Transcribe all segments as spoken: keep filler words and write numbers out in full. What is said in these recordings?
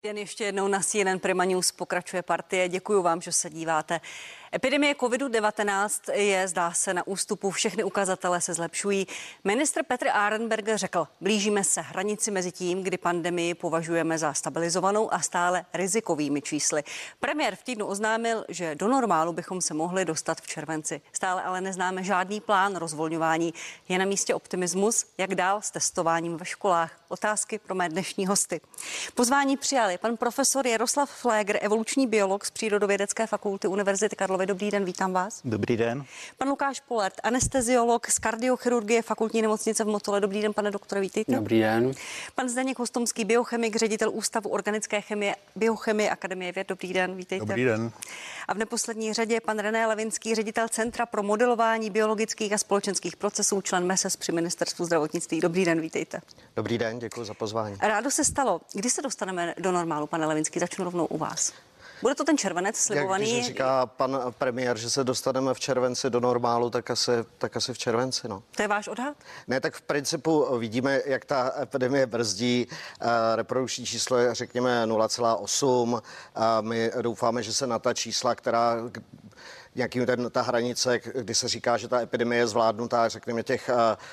Jen ještě jednou na C N N Prima News pokračuje Partie. Děkuji vám, že se díváte. Epidemie covidu devatenáct je, zdá se, na ústupu. Všechny ukazatele se zlepšují. Ministr Petr Arenberger řekl, blížíme se hranici mezi tím, kdy pandemii považujeme za stabilizovanou a stále rizikovými čísly. Premiér v týdnu oznámil, že do normálu bychom se mohli dostat v červenci. Stále ale neznáme žádný plán rozvolňování. Je na místě optimismus, jak dál s testováním ve školách. Otázky pro mé dnešní hosty. Pozvání přijali pan profesor Jaroslav Flegr, evoluční biolog z Přírodovědecké fakulty Univerzity Karlovy. Dobrý den, vítám vás. Dobrý den. Pan Lukáš Polert, anesteziolog z kardiochirurgie Fakultní nemocnice v Motole. Dobrý den, pane doktore, vítejte. Dobrý den. Pan Zdeněk Hostomský, biochemik, ředitel Ústavu organické chemie, biochemie Akademie věd. Dobrý den, vítejte. Dobrý den. A v neposlední řadě pan René Levinský, ředitel Centra pro modelování biologických a společenských procesů, člen M E S E S při Ministerstvu zdravotnictví. Dobrý den, vítejte. Dobrý den, děkuji za pozvání. Rádo se stalo. Kdy se dostaneme do normálu, pane Levinský? Začnu rovnou u vás. Bude to ten červenec slibovaný? Jak když říká pan premiér, že se dostaneme v červenci do normálu, tak asi, tak asi v červenci, no. To je váš odhad? Ne, tak v principu vidíme, jak ta epidemie brzdí. Reprodukční číslo je, řekněme, nula celá osm. A my doufáme, že se na ta čísla, která nějakým ten, ta hranice, kdy se říká, že ta epidemie je zvládnutá, řekněme těch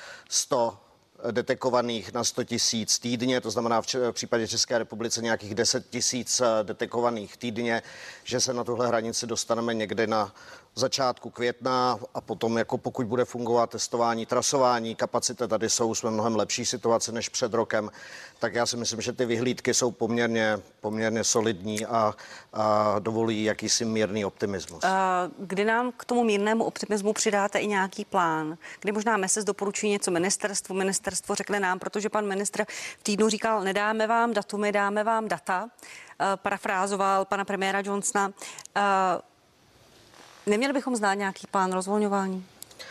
sto detekovaných na sto tisíc týdně, to znamená v, v případě České republice nějakých deset tisíc detekovaných týdně, že se na tuhle hranici dostaneme někdy na začátku května a potom, jako pokud bude fungovat testování, trasování, kapacity tady jsou, jsme v mnohem lepší situaci než před rokem, tak já si myslím, že ty vyhlídky jsou poměrně, poměrně solidní a, a dovolují jakýsi mírný optimismus. Kdy nám k tomu mírnému optimismu přidáte i nějaký plán? Kdy možná M E S E S doporučí něco ministerstvu, ministerstvo řekne nám, protože pan ministr v týdnu říkal, nedáme vám datumy, dáme vám data, parafrázoval pana premiéra Johnsona. Neměli bychom znát nějaký plán rozvolňování?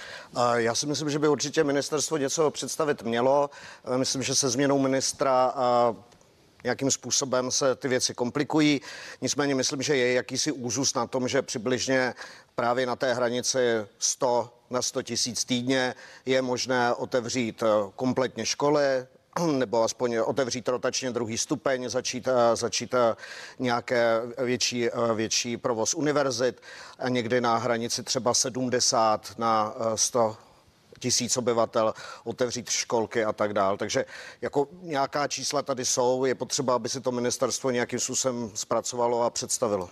Já si myslím, že by určitě ministerstvo něco představit mělo. Myslím, že se změnou ministra nějakým způsobem se ty věci komplikují. Nicméně myslím, že je jakýsi úzus na tom, že přibližně právě na té hranici sto na sto tisíc týdně je možné otevřít kompletně školy, nebo aspoň otevřít rotačně druhý stupeň, začít, začít nějaké větší, větší provoz univerzit a někdy na hranici třeba sedmdesát na sto tisíc obyvatel otevřít školky a tak dál. Takže jako nějaká čísla tady jsou, je potřeba, aby si to ministerstvo nějakým způsobem zpracovalo a představilo.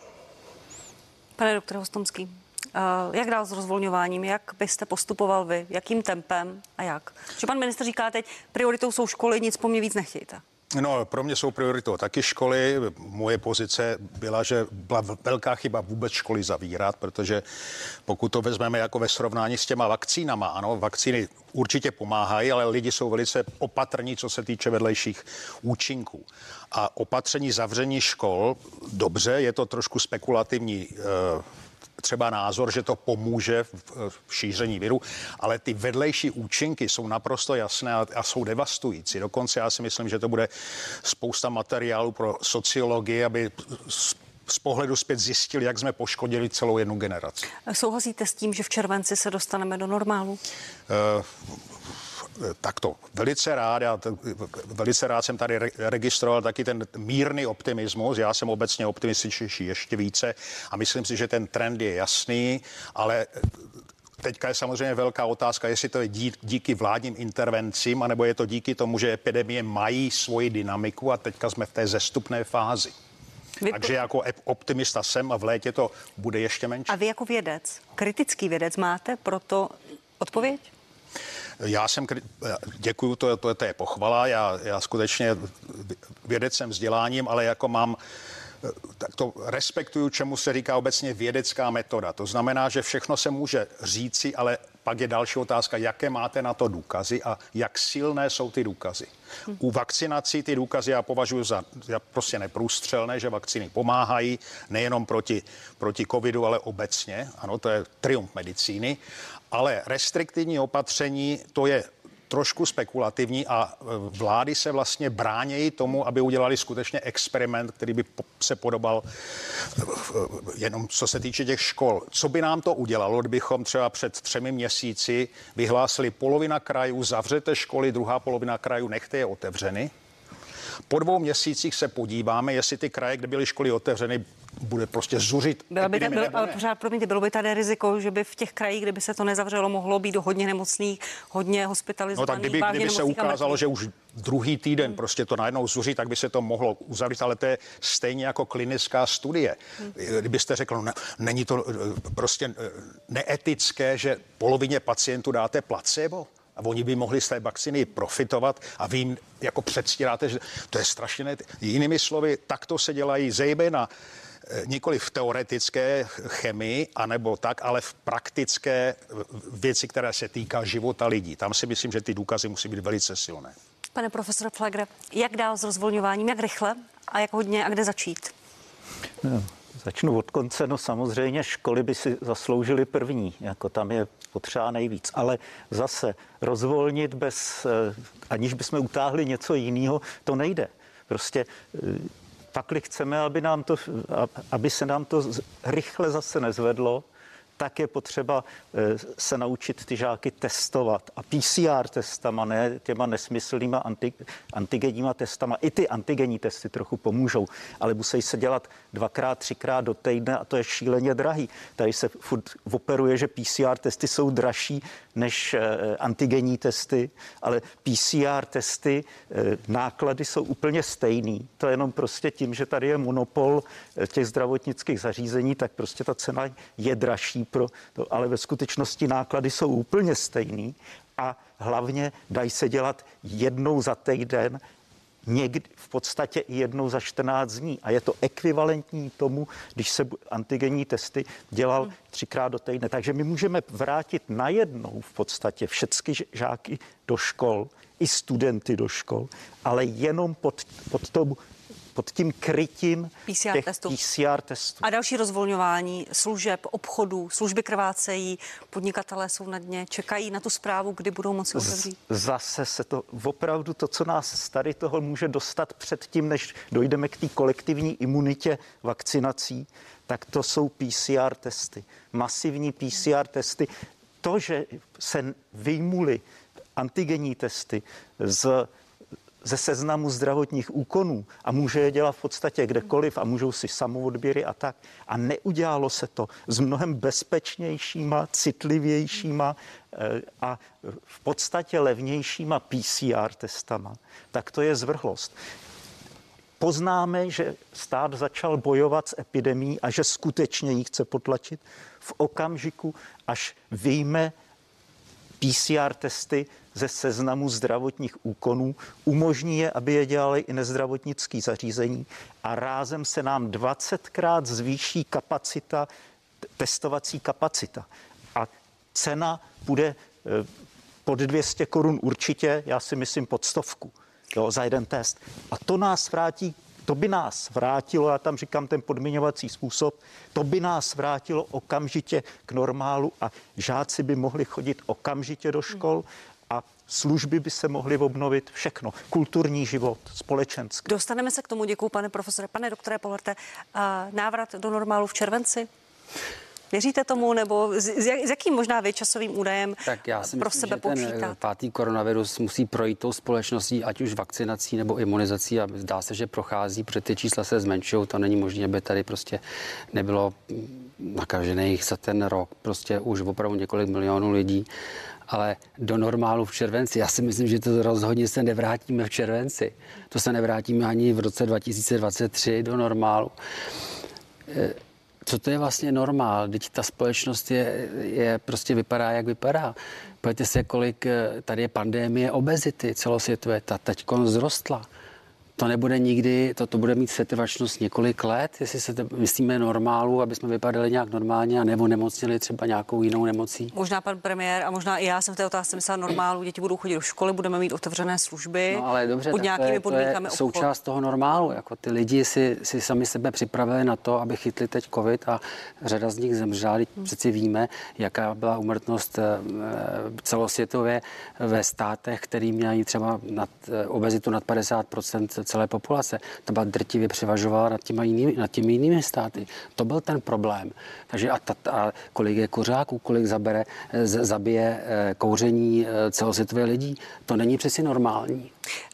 Pane doktore Hostomský, jak dál s rozvolňováním, jak byste postupoval vy, jakým tempem a jak? Že pan ministr říká teď, prioritou jsou školy, nic po mně víc nechtějte. No, pro mě jsou prioritou taky školy. Moje pozice byla, že byla velká chyba vůbec školy zavírat, protože pokud to vezmeme jako ve srovnání s těma vakcínama, ano, vakcíny určitě pomáhají, ale lidi jsou velice opatrní, co se týče vedlejších účinků. A opatření zavření škol, dobře, je to trošku spekulativní eh, třeba názor, že to pomůže v, v šíření viru, ale ty vedlejší účinky jsou naprosto jasné a, a jsou devastující. Dokonce já si myslím, že to bude spousta materiálu pro sociologii, aby z, z pohledu zpět zjistili, jak jsme poškodili celou jednu generaci. Souhlasíte s tím, že v červenci se dostaneme do normálu? Uh, Takto. Velice rád, já t- velice rád jsem tady re- registroval taky ten mírný optimismus. Já jsem obecně optimističtější ještě více a myslím si, že ten trend je jasný, ale teďka je samozřejmě velká otázka, jestli to je dí, díky vládním intervencím, anebo je to díky tomu, že epidemie mají svoji dynamiku a teďka jsme v té zestupné fázi. Vy... Takže jako optimista jsem a v létě to bude ještě menší. A vy jako vědec, kritický vědec, máte proto odpověď? Já jsem, děkuju, to, to, to je pochvala, já, já skutečně vědec jsem vzděláním, ale jako mám, tak to respektuju, čemu se říká obecně vědecká metoda. To znamená, že všechno se může říci, ale pak je další otázka, jaké máte na to důkazy a jak silné jsou ty důkazy. Hmm. U vakcinací ty důkazy já považuji za, za prostě neprůstřelné, že vakcíny pomáhají nejenom proti, proti covidu, ale obecně. Ano, to je triumf medicíny. Ale restriktivní opatření, to je trošku spekulativní a vlády se vlastně bránějí tomu, aby udělali skutečně experiment, který by se podobal jenom co se týče těch škol. Co by nám to udělalo, kdybychom třeba před třemi měsíci vyhlásili polovina krajů, zavřete školy, druhá polovina krajů, nechte je otevřeny Po dvou měsících se podíváme, jestli ty kraje, kde byly školy otevřeny, bude prostě zuřit. Bylo by, ta, bylo, ale pořád, promiňte, bylo by tady riziko, že by v těch krajích, kdyby se to nezavřelo, mohlo být hodně nemocných, hodně hospitalizovaných. No tak kdyby, kdyby se ukázalo, že už druhý týden hmm. prostě to najednou zuří, tak by se to mohlo uzavřít, ale to je stejně jako klinická studie. Hmm. Kdybyste řekl, no, ne, není to prostě neetické, že polovině pacientů dáte placebo? A oni by mohli z té vakcíny profitovat a vy jim jako předstíráte, že to je strašně ne... Jinými slovy, takto se dělají zejména nikoli v teoretické chemii, anebo tak, ale v praktické věci, které se týká života lidí. Tam si myslím, že ty důkazy musí být velice silné. Pane profesore Pflegre, jak dál s rozvolňováním, jak rychle a jak hodně a kde začít? No, začnu od konce, no samozřejmě školy by si zasloužily první, jako tam je potřeba nejvíc, ale zase rozvolnit bez, aniž bychom utáhli něco jiného, to nejde. Prostě pakli chceme, aby, nám to, aby se nám to rychle zase nezvedlo, tak je potřeba se naučit ty žáky testovat. A P C R testama, ne těma nesmyslnýma anti, antigenníma testama. I ty antigenní testy trochu pomůžou, ale musí se dělat dvakrát, třikrát do týdne a to je šíleně drahý. Tady se furt operuje, že P C R testy jsou dražší než antigenní testy, ale P C R testy, náklady jsou úplně stejný. To je jenom prostě tím, že tady je monopol těch zdravotnických zařízení, tak prostě ta cena je dražší. Pro to, ale ve skutečnosti náklady jsou úplně stejný a hlavně dají se dělat jednou za týden, někdy v podstatě i jednou za čtrnáct dní. A je to ekvivalentní tomu, když se antigenní testy dělal hmm. třikrát do týdne. Takže my můžeme vrátit najednou v podstatě všechny žáky do škol, i studenty do škol, ale jenom pod, pod tomu pod tím krytím P C R těch testů. P C R testů. A další rozvolňování služeb, obchodů, služby krvácejí, podnikatelé jsou na dně, čekají na tu zprávu, kdy budou moci otevřít. Zase se to opravdu to, co nás tady toho může dostat před tím, než dojdeme k té kolektivní imunitě vakcinací, tak to jsou P C R testy. Masivní P C R testy. To, že se vyjmuly antigenní testy z ze seznamu zdravotních úkonů a může je dělat v podstatě kdekoliv a můžou si samoodběry a tak. A neudělalo se to s mnohem bezpečnějšíma, citlivějšíma a v podstatě levnějšíma P C R testama. Tak to je zvrhlost. Poznáme, že stát začal bojovat s epidemií a že skutečně ji chce potlačit v okamžiku, až vyjme P C R testy ze seznamu zdravotních úkonů, umožní je, aby je dělali i nezdravotnické zařízení a rázem se nám dvacetkrát zvýší kapacita, testovací kapacita. A cena bude pod dvě stě korun určitě, já si myslím pod stovku, jo, za jeden test. A to nás vrátí, to by nás vrátilo, já tam říkám ten podmiňovací způsob, to by nás vrátilo okamžitě k normálu a žáci by mohli chodit okamžitě do škol a služby by se mohly obnovit, všechno. Kulturní život, společenský. Dostaneme se k tomu, děkuju, pane profesore. Pane doktore Pollerte, návrat do normálu v červenci? Věříte tomu, nebo s, s jakým možná vy časovým údajem tak já si pro myslím, sebe počítat? Ten pátý koronavirus musí projít tou společností, ať už vakcinací nebo imunizací a zdá se, že prochází, protože ty čísla se zmenšují, to není možné, aby tady prostě nebylo nakažených za ten rok, prostě už opravdu několik milionů lidí. Ale do normálu v červenci, já si myslím, že to rozhodně se nevrátíme v červenci. To se nevrátíme ani v roce dva tisíce dvacet tři do normálu. Co to je vlastně normál? Teď ta společnost je, je prostě vypadá, jak vypadá. Pojďte se, kolik tady je pandemie obezity celosvětové, ta teďkon vzrostla. To nebude nikdy, to, to bude mít setrvačnost několik let, jestli se to myslíme normálu, aby jsme vypadali nějak normálně a nebo nemocnili třeba nějakou jinou nemocí. Možná pan premiér a možná i já jsem v té otázce myslela normálu, děti budou chodit do školy, budeme mít otevřené služby. No ale dobře, pod nějakými to je, podmínkami to je součást toho normálu, jako ty lidi si, si sami sebe připravili na to, aby chytli teď covid a řada z nich zemřela. Hmm. Přeci víme, jaká byla úmrtnost celosvětově ve státech, který měli třeba nad, obezitu nad padesát procent celé populace. To byla drtivě převažovala nad těmi jinými, nad těmi jinými státy. To byl ten problém. Takže a, ta, a kolik je kuřáků, kolik zabere, z, zabije kouření celosvětové lidí, to není přeci normální.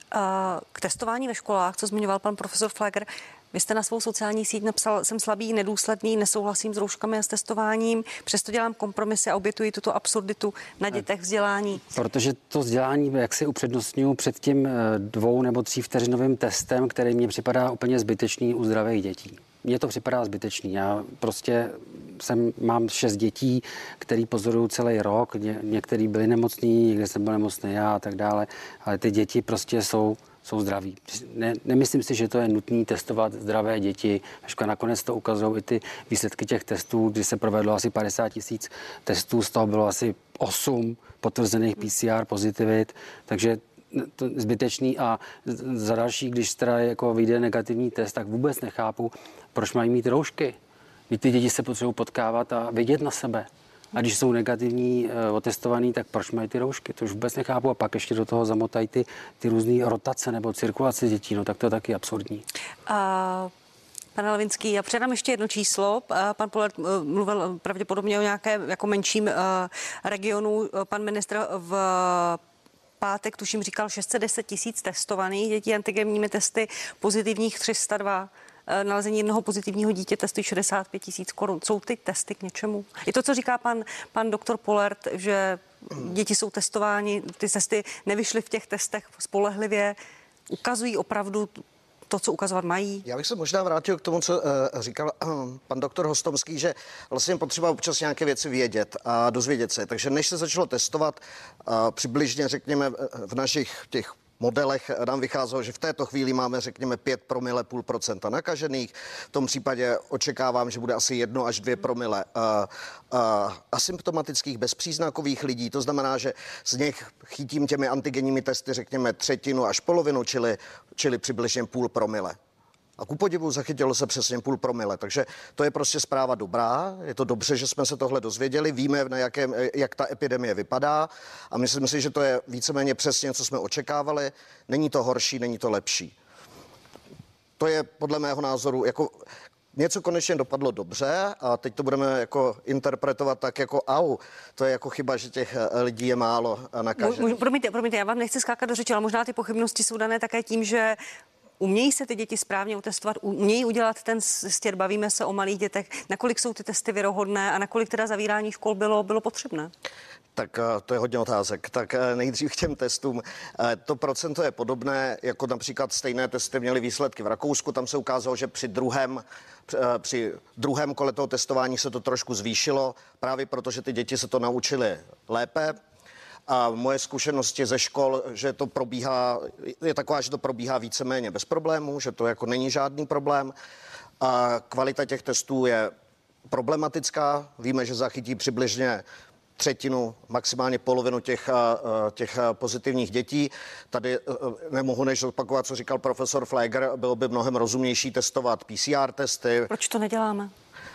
K testování ve školách, co zmiňoval pan profesor Flegr, vy jste na svou sociální síť napsal, jsem slabý, nedůsledný, nesouhlasím s rouškami a s testováním, přesto dělám kompromisy a obětuji tuto absurditu na dětech vzdělání. Protože to vzdělání, jak si upřednostňuji před tím dvou nebo tří vteřinovým testem, který mně připadá úplně zbytečný u zdravých dětí. Mně to připadá zbytečný. Já prostě jsem, mám šest dětí, který pozorují celý rok. Ně, některý byli nemocní, někde jsem byl nemocný já a tak dále. Ale ty děti prostě jsou, jsou zdraví. Ne, nemyslím si, že to je nutné testovat zdravé děti. Až nakonec to ukazují i ty výsledky těch testů, kdy se provedlo asi padesát tisíc testů, z toho bylo asi osm potvrzených P C R pozitivit. Takže to zbytečný a za další, když teda jako vyjde negativní test, tak vůbec nechápu, proč mají mít roušky. Víte, ty děti se potřebují potkávat a vidět na sebe. A když jsou negativní e, otestovaný, tak proč mají ty roušky? To už vůbec nechápu. A pak ještě do toho zamotají ty, ty různé rotace nebo cirkulace dětí. No tak to je taky absurdní. A... Pane Levinský, já předám ještě jedno číslo. Pan Pollert mluvil pravděpodobně o nějaké jako menším regionu. Pan ministr v pátek, tuším, říkal šest set deset tisíc testovaných dětí antigenními testy, pozitivních tři sta dva. Nalezení jednoho pozitivního dítěte stojí šedesát pět tisíc korun. Jsou ty testy k něčemu? Je to, co říká pan, pan doktor Pollert, že děti jsou testováni, ty testy nevyšly v těch testech spolehlivě, ukazují opravdu to, co ukazovat mají? Já bych se možná vrátil k tomu, co uh, říkal uh, pan doktor Hostomský, že vlastně potřeba občas nějaké věci vědět a dozvědět se. Takže než se začalo testovat, uh, přibližně řekněme v našich těch modelech nám vycházelo, že v této chvíli máme, řekněme, pět promile, půl procenta nakažených. V tom případě očekávám, že bude asi jedno až dvě promile uh, uh, asymptomatických bezpříznakových lidí. To znamená, že z nich chytím těmi antigenními testy, řekněme, třetinu až polovinu, čili, čili přibližně půl promile. A ku podivu zachytilo se přesně půl promile, takže to je prostě zpráva dobrá. Je to dobře, že jsme se tohle dozvěděli, víme, na jakém, jak ta epidemie vypadá a myslím si, že to je víceméně přesně, co jsme očekávali. Není to horší, není to lepší. To je podle mého názoru jako něco konečně dopadlo dobře a teď to budeme jako interpretovat tak jako au, to je jako chyba, že těch lidí je málo nakažených. Promiňte, promiňte, já vám nechci skákat do řeči, ale možná ty pochybnosti jsou dané také tím, že umějí se ty děti správně otestovat, umějí udělat ten stěr, bavíme se o malých dětech, nakolik jsou ty testy věrohodné a nakolik teda zavírání škol bylo, bylo potřebné? Tak to je hodně otázek. Tak nejdřív k těm testům. To procento je podobné, jako například stejné testy měly výsledky v Rakousku. Tam se ukázalo, že při druhém, při druhém kole toho testování se to trošku zvýšilo, právě protože ty děti se to naučily lépe. A moje zkušenosti ze škol, že to probíhá, je taková, že to probíhá víceméně bez problémů, že to jako není žádný problém. A kvalita těch testů je problematická. Víme, že zachytí přibližně třetinu, maximálně polovinu těch, těch pozitivních dětí. Tady nemohu než opakovat, co říkal profesor Flegr, bylo by mnohem rozumnější testovat P C R testy. Proč to neděláme?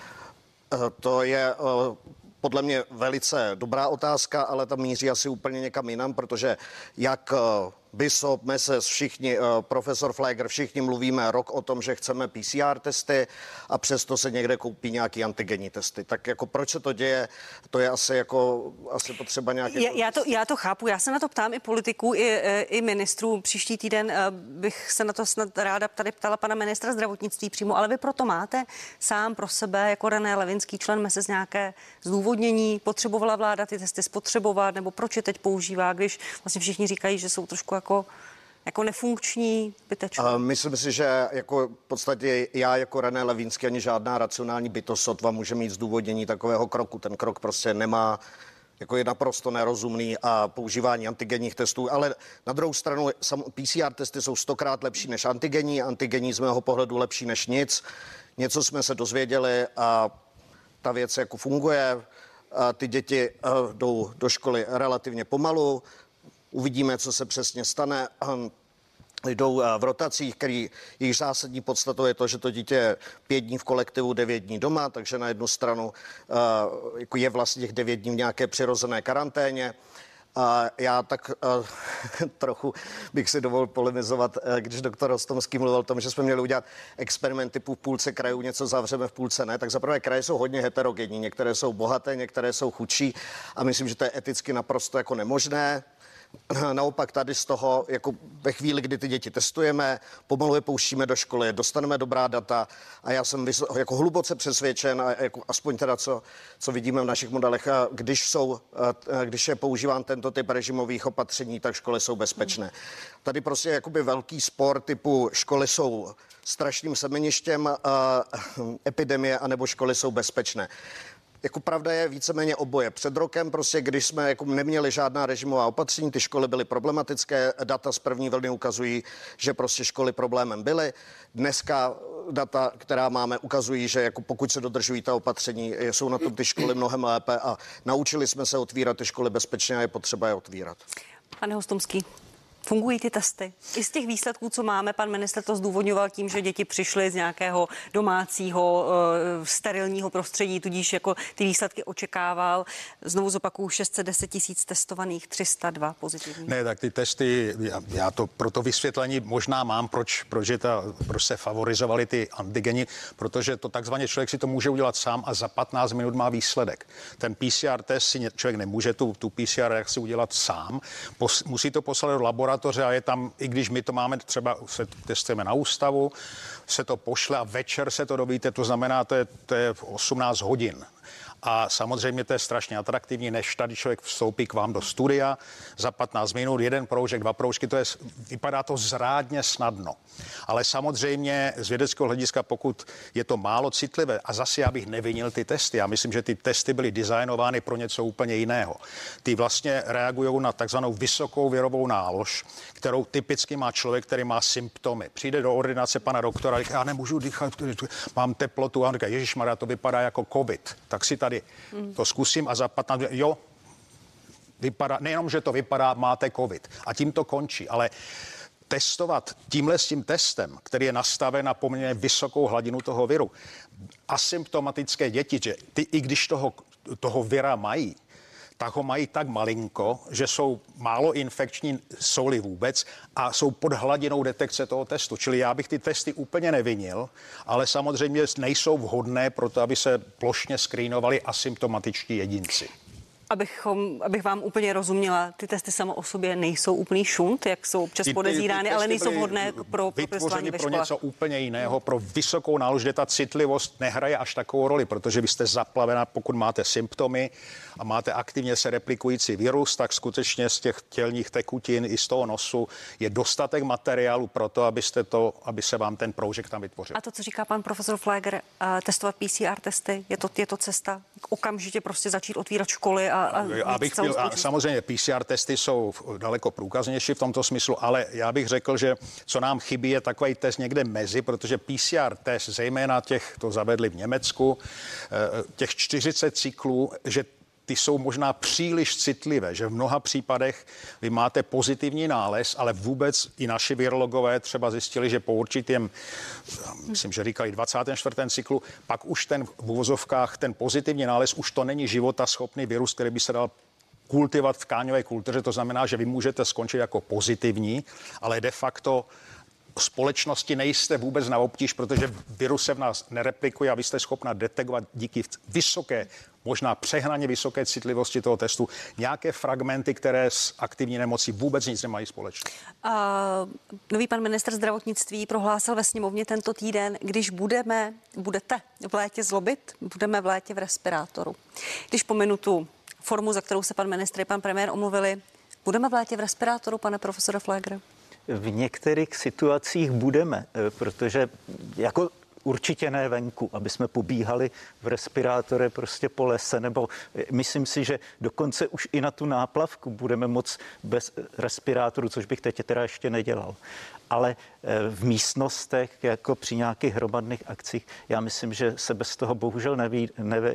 To je podle mě velice dobrá otázka, ale ta míří asi úplně někam jinam, protože jak Bishop, Meses, všichni, profesor Flegr, všichni mluvíme rok o tom, že chceme P C R testy a přesto se někde koupí nějaký antigenní testy. Tak jako proč se to děje, to je asi jako asi potřeba nějaké... Já, já, to, já to chápu, já se na to ptám i politiků, i, i ministrů. Příští týden bych se na to snad ráda tady ptala pana ministra zdravotnictví přímo, ale vy proto máte sám pro sebe jako René Levinský člen Meses nějaké zdůvodnění, potřebovala vláda ty testy spotřebovat, nebo proč je teď používá, když vlastně všichni říkají, že jsou trošku jako, jako nefunkční, zbytečné. Myslím si, že jako v podstatě já jako René Levinský ani žádná racionální bytost sotva může mít zdůvodnění takového kroku. Ten krok prostě nemá, jako je naprosto nerozumný a používání antigenních testů, ale na druhou stranu P C R testy jsou stokrát lepší než antigenní, antigenní z mého pohledu lepší než nic. Něco jsme se dozvěděli a ta věc jako funguje. A ty děti jdou do školy relativně pomalu. Uvidíme, co se přesně stane. Jdou v rotacích, který jejich zásadní podstatou je to, že to dítě je pět dní v kolektivu, devět dní doma, takže na jednu stranu jako je vlastně těch devět dní v nějaké přirozené karanténě. A já tak uh, trochu bych si dovolil polemizovat, uh, když doktor Hostomský mluvil o tom, že jsme měli udělat experiment typu v půlce krajů, něco zavřeme, v půlce ne, tak zaprvé kraje jsou hodně heterogenní, některé jsou bohaté, některé jsou chudší a myslím, že to je eticky naprosto jako nemožné. Naopak tady z toho, jako ve chvíli, kdy ty děti testujeme, pomalu je pouštíme do školy, dostaneme dobrá data a já jsem vysl- jako hluboce přesvědčen, a jako aspoň teda, co, co vidíme v našich modelech, a když, jsou, a když je používán tento typ režimových opatření, tak školy jsou bezpečné. Tady prostě je jakoby velký spor typu školy jsou strašným semeništěm a epidemie, anebo školy jsou bezpečné. Jako pravda je víceméně oboje. Před rokem prostě, když jsme jako neměli žádná režimová opatření, ty školy byly problematické, data z první vlny ukazují, že prostě školy problémem byly. Dneska data, která máme, ukazují, že jako pokud se dodržují ta opatření, jsou na tom ty školy mnohem lépe a naučili jsme se otvírat ty školy bezpečně a je potřeba je otvírat. Pane Hostomský, fungují ty testy? I z těch výsledků, co máme, pan ministr to zdůvodňoval tím, že děti přišly z nějakého domácího e, sterilního prostředí, tudíž jako ty výsledky očekával. Znovu zopakuju, šest set deset tisíc testovaných, tři sta dva pozitivní. Ne, tak ty testy, já, já to pro to vysvětlení možná mám, proč, proč, je ta, proč se favorizovaly ty antigeny, protože to takzvaně člověk si to může udělat sám a za patnáct minut má výsledek. Ten P C R test si člověk nemůže tu, tu P C R reakci udělat sám, Pos, musí to poslat do laboratoře a je tam, i když my to máme, třeba se testujeme na ústavu, se to pošle a večer se to dovíte, to znamená, to je, to je osmnáct hodin. A samozřejmě to je strašně atraktivní, než tady člověk vstoupí k vám do studia za patnáct minut, jeden proužek, dva proužky, to je, vypadá to zrádně snadno. Ale samozřejmě z vědeckého hlediska, pokud je to málo citlivé, a zase já bych nevinil ty testy, já myslím, že ty testy byly designovány pro něco úplně jiného. Ty vlastně reagují na takzvanou vysokou virovou nálož, kterou typicky má člověk, který má symptomy. Přijde do ordinace pana doktora a říká, já nemůžu dýchat, mám teplotu, a on říká, ježišmarja, to vypadá jako covid, tak si tady to zkusím a za patnáct, jo, vypadá, nejenom, že to vypadá, máte covid. A tím to končí, ale testovat tímhle s tím testem, který je nastaven na poměrně vysokou hladinu toho viru, asymptomatické děti, že ty, i když toho, toho vira mají, tak ho mají tak malinko, že jsou málo infekční, jsou-li vůbec, a jsou pod hladinou detekce toho testu. Čili já bych ty testy úplně nevinil, ale samozřejmě nejsou vhodné pro to, aby se plošně screenovali asymptomatičtí jedinci. Abychom, abych vám úplně rozuměla, ty testy samo o sobě nejsou úplný šunt, jak jsou občas Ty- ty- podezírány, ty ale testy nejsou byly vhodné pro, pro testování ve pro školách. něco úplně jiného, pro vysokou nálož, kde ta citlivost nehraje až takovou roli, protože vy jste zaplavena, pokud máte symptomy a máte aktivně se replikující virus, tak skutečně z těch tělních tekutin i z toho nosu je dostatek materiálu pro to, abyste to, aby se vám ten proužek tam vytvořil. A to, co říká pan profesor Fleger, testovat P C R testy, je to, je to cesta okamžitě prostě začít otvírat školy a, a, Abych byl, a samozřejmě P C R testy jsou daleko průkaznější v tomto smyslu, ale já bych řekl, že co nám chybí, je takový test někde mezi, protože P C R test, zejména těch, to zavedli v Německu, těch čtyřicet cyklů, že ty jsou možná příliš citlivé, že v mnoha případech vy máte pozitivní nález, ale vůbec i naši virologové třeba zjistili, že po určitém, myslím, že říkali dvacátém čtvrtém cyklu, pak už ten v uvozovkách, ten pozitivní nález, už to není životaschopný virus, který by se dal kultivovat v tkáňové kultuře, to znamená, že vy můžete skončit jako pozitivní, ale de facto společnosti nejste vůbec na obtíž, protože virus se v nás nereplikuje a vy jste schopna detekovat díky vysoké, možná přehnaně vysoké citlivosti toho testu nějaké fragmenty, které s aktivní nemocí vůbec nic nemají společného. A nový pan ministr zdravotnictví prohlásil ve sněmovně tento týden, když budeme, budete v létě zlobit, budeme v létě v respirátoru. Když pominu tu formu, za kterou se pan ministr i pan premiér omluvili, budeme v létě v respirátoru, pane profesore Flegre? V některých situacích budeme, protože jako určitě ne venku, aby jsme pobíhali v respirátory prostě po lese, nebo myslím si, že dokonce už i na tu náplavku budeme moc bez respirátoru, což bych teď teda ještě nedělal. Ale v místnostech, jako při nějakých hromadných akcích, já myslím, že se bez toho bohužel neví, neve,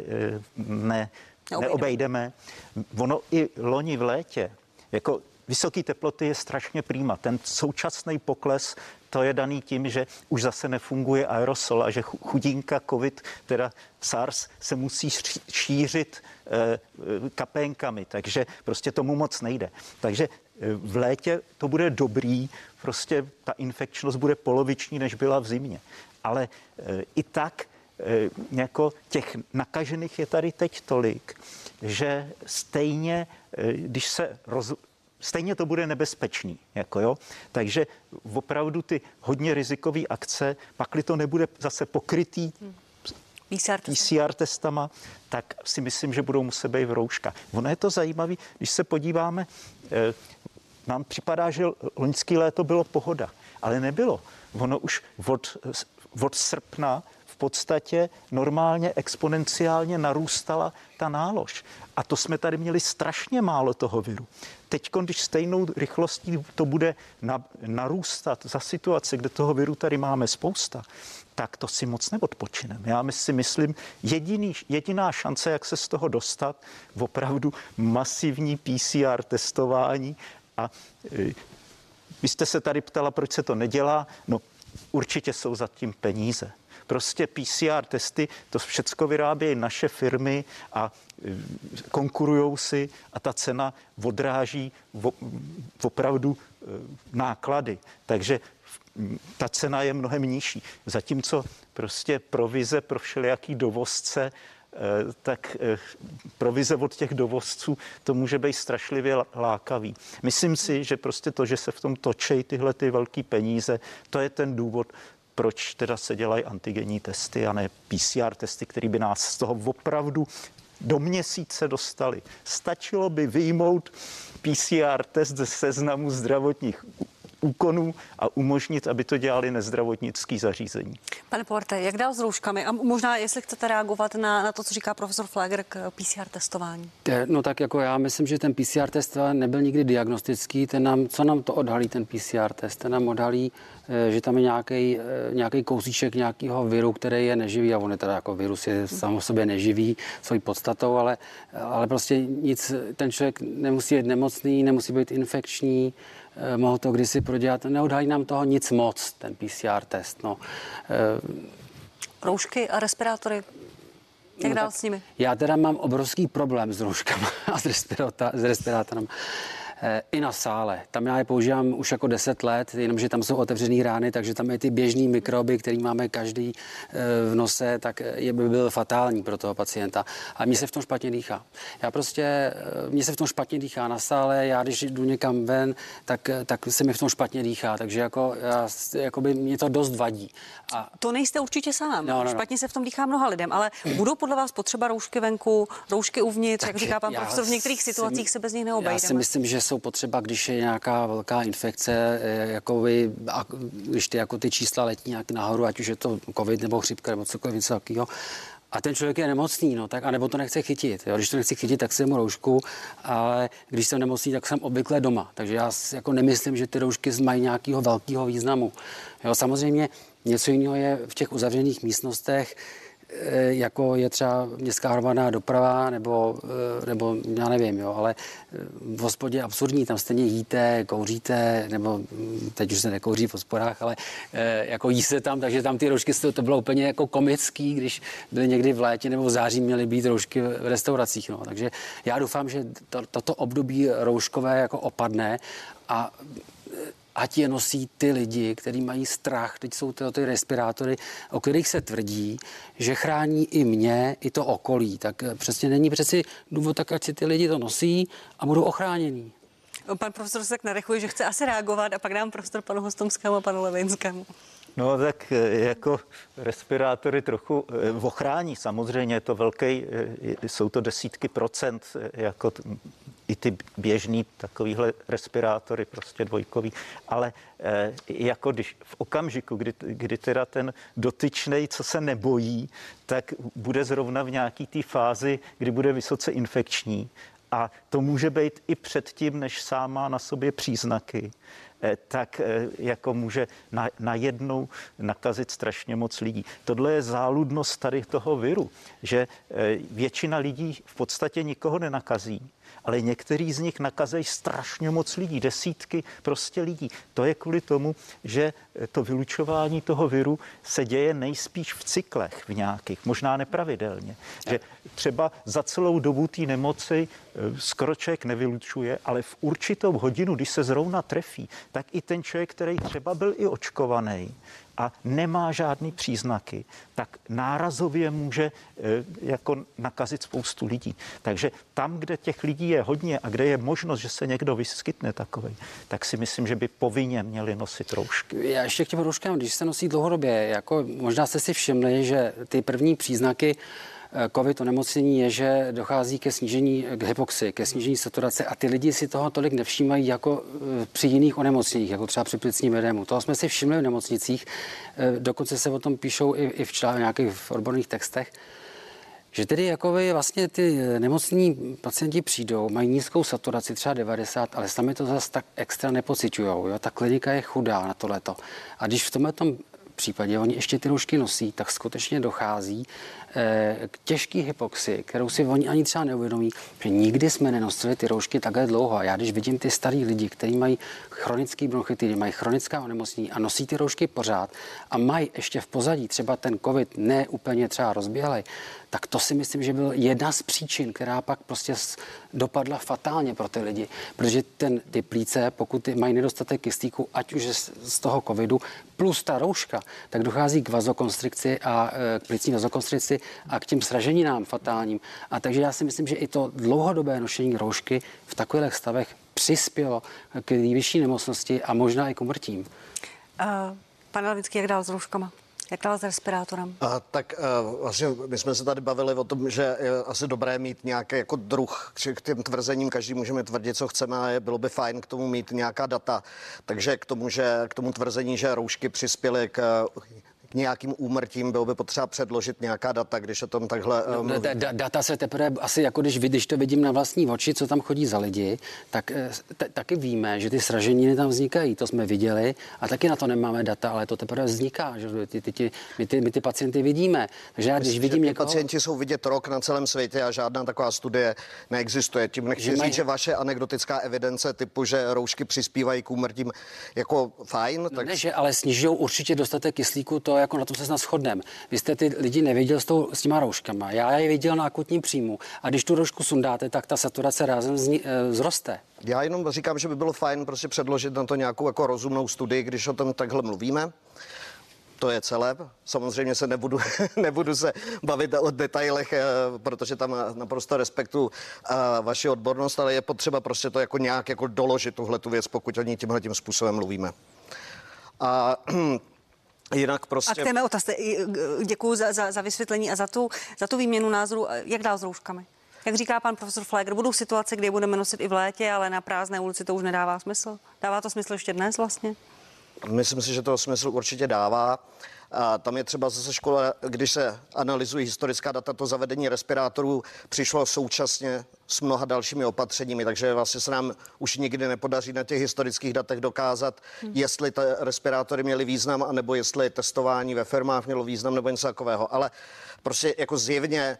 ne, neobejdeme. Ono i loni v létě, jako vysoké teploty je strašně prýma. Ten současný pokles, to je daný tím, že už zase nefunguje aerosol a že chudinka covid, teda SARS, se musí šířit e, kapénkami, takže prostě tomu moc nejde. Takže v létě to bude dobrý, prostě ta infekčnost bude poloviční, než byla v zimě. Ale e, i tak e, jako těch nakažených je tady teď tolik, že stejně, e, když se roz, stejně to bude nebezpečný. Jako jo. Takže opravdu ty hodně rizikové akce, pakli to nebude zase pokrytý P C R, P C R testama, tak si myslím, že budou muset být v rouškách. Ono je to zajímavé, když se podíváme, eh, nám připadá, že loňský léto bylo pohoda, ale nebylo. Ono už od, od srpna v podstatě normálně exponenciálně narůstala ta nálož. A to jsme tady měli strašně málo toho viru. Teď, když stejnou rychlostí to bude na, narůstat za situace, kde toho viru tady máme spousta, tak to si moc neodpočineme. Já si myslím, jediný, jediná šance, jak se z toho dostat, opravdu masivní P C R testování. A e, vy jste se tady ptala, proč se to nedělá. No, určitě jsou za tím peníze. Prostě P C R testy, to všecko vyrábějí naše firmy a konkurujou si a ta cena odráží opravdu náklady. Takže ta cena je mnohem nižší. Zatímco prostě provize pro všelijaký dovozce, tak provize od těch dovozců, to může být strašlivě lákavý. Myslím si, že prostě to, že se v tom točejí tyhle ty velký peníze, to je ten důvod, proč teda se dělají antigenní testy a ne P C R testy, které by nás z toho opravdu do měsíce dostali. Stačilo by vyjmout P C R test ze seznamu zdravotních úkonů a umožnit, aby to dělali nezdravotnický zařízení. Pane Pollerte, jak dál s rouškami? A možná, jestli chcete reagovat na, na to, co říká profesor Flegr k P C R testování. No tak jako já myslím, že ten P C R test nebyl nikdy diagnostický. Ten nám, co nám to odhalí, ten P C R test? Ten nám odhalí, že tam je nějaký, nějaký kousíček nějakého viru, který je neživý, a on je teda jako virus je sám o sobě neživý svojí podstatou, ale, ale prostě nic, ten člověk nemusí být nemocný, nemusí být infekční, mohl to kdysi prodělat. Neodhalí nám toho nic moc, ten P C R test. No. Roušky a respirátory, jak no dál s nimi? Já teda mám obrovský problém s rouškama a s, s respirátorem. I na sále. Tam já je používám už jako deset let, jenomže tam jsou otevřený rány, takže tam je ty běžný mikroby, který máme každý v nose, tak je by byl fatální pro toho pacienta. A mně se v tom špatně dýchá. Já prostě, mně se v tom špatně dýchá na sále, já když jdu někam ven, tak, tak se mi v tom špatně dýchá, takže jako, já, jako by mě to dost vadí. A to nejste určitě sám. No, no, no. Špatně se v tom dýchá mnoha lidem, ale budou podle vás potřeba roušky venku, roušky uvnitř, tak jak říká pan profesor, v některých situacích se bez nich neobejdeme. Já si myslím, že jsou potřeba, když je nějaká velká infekce, jako vy, a když ty, jako ty čísla letí nějak nahoru, ať už je to covid nebo chřipka nebo cokoliv něco takového, a ten člověk je nemocný, no, tak, anebo to nechce chytit. Jo. Když to nechci chytit, tak si mu roušku, ale když jsem nemocný, tak jsem obvykle doma. Takže já jako nemyslím, že ty roušky mají nějakého velkého významu. Jo, samozřejmě něco jiného je v těch uzavřených místnostech, jako je třeba městská hromadná doprava, nebo, nebo já nevím, jo, ale v hospodě absurdní, tam stejně jíte, kouříte, nebo teď už se nekouří v hospodách, ale jako jí se tam, takže tam ty roušky, to bylo úplně jako komický, když byly někdy v létě nebo v září měly být roušky v restauracích, no. Takže já doufám, že to, toto období rouškové jako opadne a ať je nosí ty lidi, kteří mají strach, teď jsou to ty respirátory, o kterých se tvrdí, že chrání i mě, i to okolí. Tak přesně není přeci důvod, tak ať si ty lidi to nosí a budou ochránění. Pan profesor se tak nadechuje, že chce asi reagovat a pak dám prostor panu Hostomskému a panu Levinskému. No tak jako respirátory trochu ochrání, samozřejmě je to velký, jsou to desítky procent, jako t, i ty běžný takovýhle respirátory, prostě dvojkový, ale jako když v okamžiku, kdy, kdy teda ten dotyčnej, co se nebojí, tak bude zrovna v nějaký té fázi, kdy bude vysoce infekční a to může být i předtím, než sám má na sobě příznaky, tak jako může na, najednou nakazit strašně moc lidí. Tohle je záludnost tady toho viru, že většina lidí v podstatě nikoho nenakazí, ale některý z nich nakazejí strašně moc lidí, desítky prostě lidí. To je kvůli tomu, že to vylučování toho viru se děje nejspíš v cyklech v nějakých, možná nepravidelně. Že třeba za celou dobu té nemoci skoro člověk nevylučuje, ale v určitou hodinu, když se zrovna trefí, tak i ten člověk, který třeba byl i očkovaný, a nemá žádný příznaky, tak nárazově může e, jako nakazit spoustu lidí. Takže tam, kde těch lidí je hodně a kde je možnost, že se někdo vyskytne takovej, tak si myslím, že by povinně měli nosit roušky. Já ještě k těm rouškám, když se nosí dlouhodobě, jako možná jste si všimli, že ty první příznaky covid onemocnění je, že dochází ke snížení k hypoxii, ke snížení saturace a ty lidi si toho tolik nevšímají jako při jiných onemocněních, jako třeba při plicním edému. Toho jsme si všimli v nemocnicích, dokonce se o tom píšou i, i v, člá, v nějakých v odborných textech, že tedy jakoby vlastně ty nemocní pacienti přijdou, mají nízkou saturaci, třeba devadesát, ale sami to zase tak extra nepociťujou. Jo? Ta klinika je chudá na tohleto. A když v tomhletom případě oni ještě ty roušky nosí, tak skutečně dochází eh, k těžký hypoxii, kterou si oni ani třeba neuvědomí, že nikdy jsme nenosili ty roušky takhle dlouho. Já když vidím ty starý lidi, kteří mají chronický bronchitidy, mají chronická onemocnění a nosí ty roušky pořád a mají ještě v pozadí třeba ten covid ne úplně třeba rozběhlej, tak to si myslím, že byl jedna z příčin, která pak prostě dopadla fatálně pro ty lidi. Protože ten, ty plíce, pokud mají nedostatek kyslíku, ať už z toho covidu, plus ta rouška, tak dochází k vazokonstrikci a k plicní vazokonstrikci a k těm sraženinám fatálním. A takže já si myslím, že i to dlouhodobé nošení roušky v takových stavech přispělo k vyšší nemocnosti a možná i k úmrtím. Uh, pane Lavický, jak dál s rouškama? Jak dál s respirátorem? A, tak uh, vlastně my jsme se tady bavili o tom, že je asi dobré mít nějaký jako druh k těm tvrzením. Každý můžeme tvrdit, co chceme, a bylo by fajn k tomu mít nějaká data. Takže k tomu, že, k tomu tvrzení, že roušky přispěly k k nějakým úmrtím, bylo by potřeba předložit nějaká data, když o tom takhle no, mluví. Da, data se teprve asi jako když, když to vidím na vlastní oči, co tam chodí za lidi, tak t- taky víme, že ty sraženiny tam vznikají, to jsme viděli a taky na to nemáme data, ale to teprve vzniká, že ty, ty, ty, my, ty, my ty pacienty vidíme. Takže já když Myslím, vidím že někoho... pacienti jsou vidět rok na celém světě a žádná taková studie neexistuje. Tím nechci že říct, mají... že vaše anekdotická evidence typu, že roušky přispívají k úmrtím, jako fajn. No tak... ne, že, ale snižují určitě dostatek kyslíku, to jako na tom se snad shodneme. Vy jste ty lidi neviděl s, tou, s těma rouškama. Já je viděl na akutním příjmu. A když tu roušku sundáte, tak ta saturace rázem zni, e, zroste. Já jenom říkám, že by bylo fajn prostě předložit na to nějakou jako rozumnou studii, když o tom takhle mluvíme. To je celé. Samozřejmě se nebudu, nebudu se bavit o detailech, protože tam naprosto respektuju vaši odbornost, ale je potřeba prostě to jako nějak jako doložit tuhletu věc, pokud o ní tímhletím způsobem mluvíme. A jinak prostě... A k té mé otázce děkuji za, za, za vysvětlení a za tu, za tu výměnu názoru. Jak dál s rouškami? Jak říká pan profesor Flegr, budou situace, kdy je budeme nosit i v létě, ale na prázdné ulici to už nedává smysl? Dává to smysl ještě dnes vlastně? Myslím si, že to smysl určitě dává. A tam je třeba zase škola, když se analyzují historická data, to zavedení respirátorů přišlo současně s mnoha dalšími opatřeními, takže vlastně se nám už nikdy nepodaří na těch historických datech dokázat, hmm. jestli ty respirátory měly význam, anebo jestli testování ve firmách mělo význam, nebo něco takového. Ale prostě jako zjevně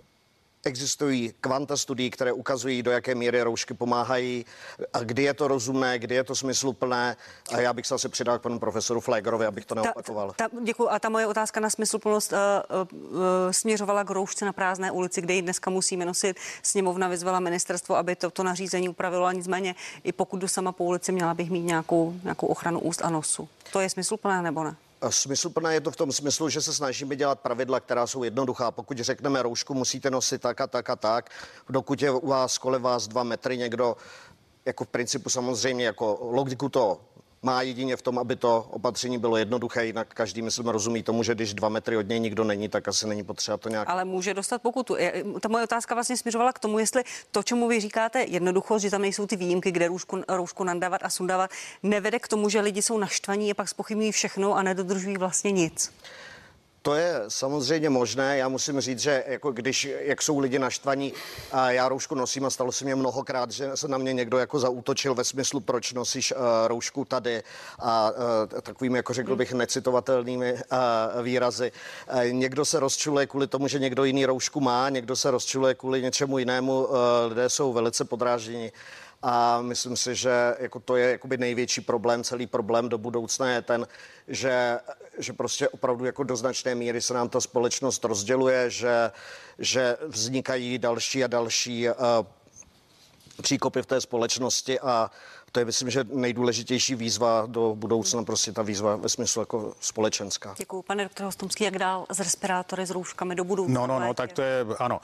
existují kvanta studií, které ukazují, do jaké míry roušky pomáhají, a kdy je to rozumné, kdy je to smysluplné. A já bych se asi přidal k panu profesoru Flegrovi, abych to neopakoval. Ta, ta, děkuji. A ta moje otázka na smysluplnost uh, uh, směřovala k roušce na prázdné ulici, kde ji dneska musíme nosit. Sněmovna vyzvala ministerstvo, aby to, to nařízení upravilo, a nicméně i pokud jdu sama po ulici, měla bych mít nějakou, nějakou ochranu úst a nosu. To je smysluplné nebo ne? Smysluplné je to v tom smyslu, že se snažíme dělat pravidla, která jsou jednoduchá. Pokud řekneme roušku musíte nosit tak a tak a tak, dokud je u vás kolem vás dva metry někdo, jako v principu samozřejmě jako logiku to má jedině v tom, aby to opatření bylo jednoduché, jinak každý, myslím, rozumí tomu, že když dva metry od něj nikdo není, tak asi není potřeba to nějak... Ale může dostat pokutu. Ta moje otázka vlastně směřovala k tomu, jestli to, čemu vy říkáte jednoduchost, že tam nejsou ty výjimky, kde roušku, roušku nandávat a sundávat, nevede k tomu, že lidi jsou naštvaní a pak zpochybňují všechno a nedodržují vlastně nic. To je samozřejmě možné. Já musím říct, že jako když, jak jsou lidi naštvaní, a já roušku nosím a stalo se mě mnohokrát, že se na mě někdo jako zaútočil ve smyslu, proč nosíš uh, roušku tady a uh, takovými, jako řekl bych, necitovatelnými uh, výrazy. Uh, někdo se rozčuluje kvůli tomu, že někdo jiný roušku má, někdo se rozčuluje kvůli něčemu jinému. Uh, lidé jsou velice podrážděni. A myslím si, že jako to je jakoby největší problém, celý problém do budoucna je ten, že, že prostě opravdu jako do značné míry se nám ta společnost rozděluje, že, že vznikají další a další uh, příkopy v té společnosti a To je, myslím, že nejdůležitější výzva do budoucna, prostě ta výzva ve smyslu jako společenská. Děkuji. Pane doktor Hostomský, jak dál s respirátory, s rouškami do budoucna? No, no, no, tak to je, ano.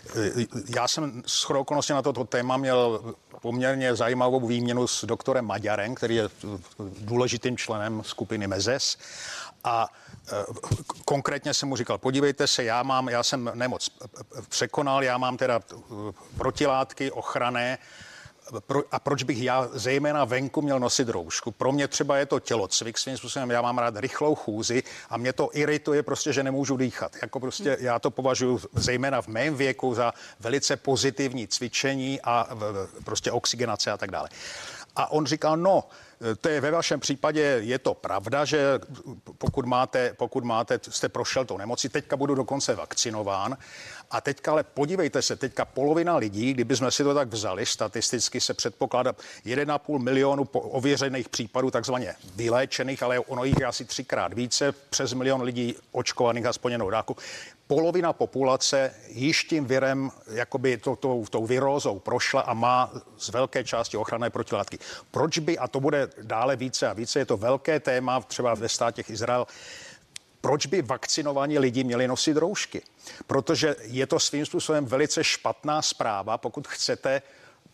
Já jsem shodou okolností na toto téma měl poměrně zajímavou výměnu s doktorem Maďarem, který je důležitým členem skupiny Mezes. A konkrétně jsem mu říkal, podívejte se, já mám, já jsem nemoc překonal, já mám teda protilátky ochranné, a proč bych já zejména venku měl nosit roušku? Pro mě třeba je to tělocvik svým způsobem, já mám rád rychlou chůzi a mě to irituje prostě, že nemůžu dýchat. Jako prostě já to považuji zejména v mém věku za velice pozitivní cvičení a prostě oxygenace a tak dále. A on říkal, no, to je ve vašem případě, je to pravda, že pokud máte, pokud máte, jste prošel tou nemocí, teďka budu dokonce vakcinován. A teďka ale podívejte se, teďka polovina lidí, kdybychom si to tak vzali, statisticky se předpokládá jeden a půl milionu ověřených případů, takzvaně vyléčených, ale ono jich je asi třikrát více, přes milion lidí očkovaných aspoň jednou dávku. Polovina populace již tím virem, jakoby to, to, tou virózou prošla a má z velké části ochranné protilátky. Proč by, a to bude dále více a více, je to velké téma třeba ve státech Izrael, proč by vakcinovaní lidi měli nosit roušky? Protože je to svým způsobem velice špatná zpráva, pokud chcete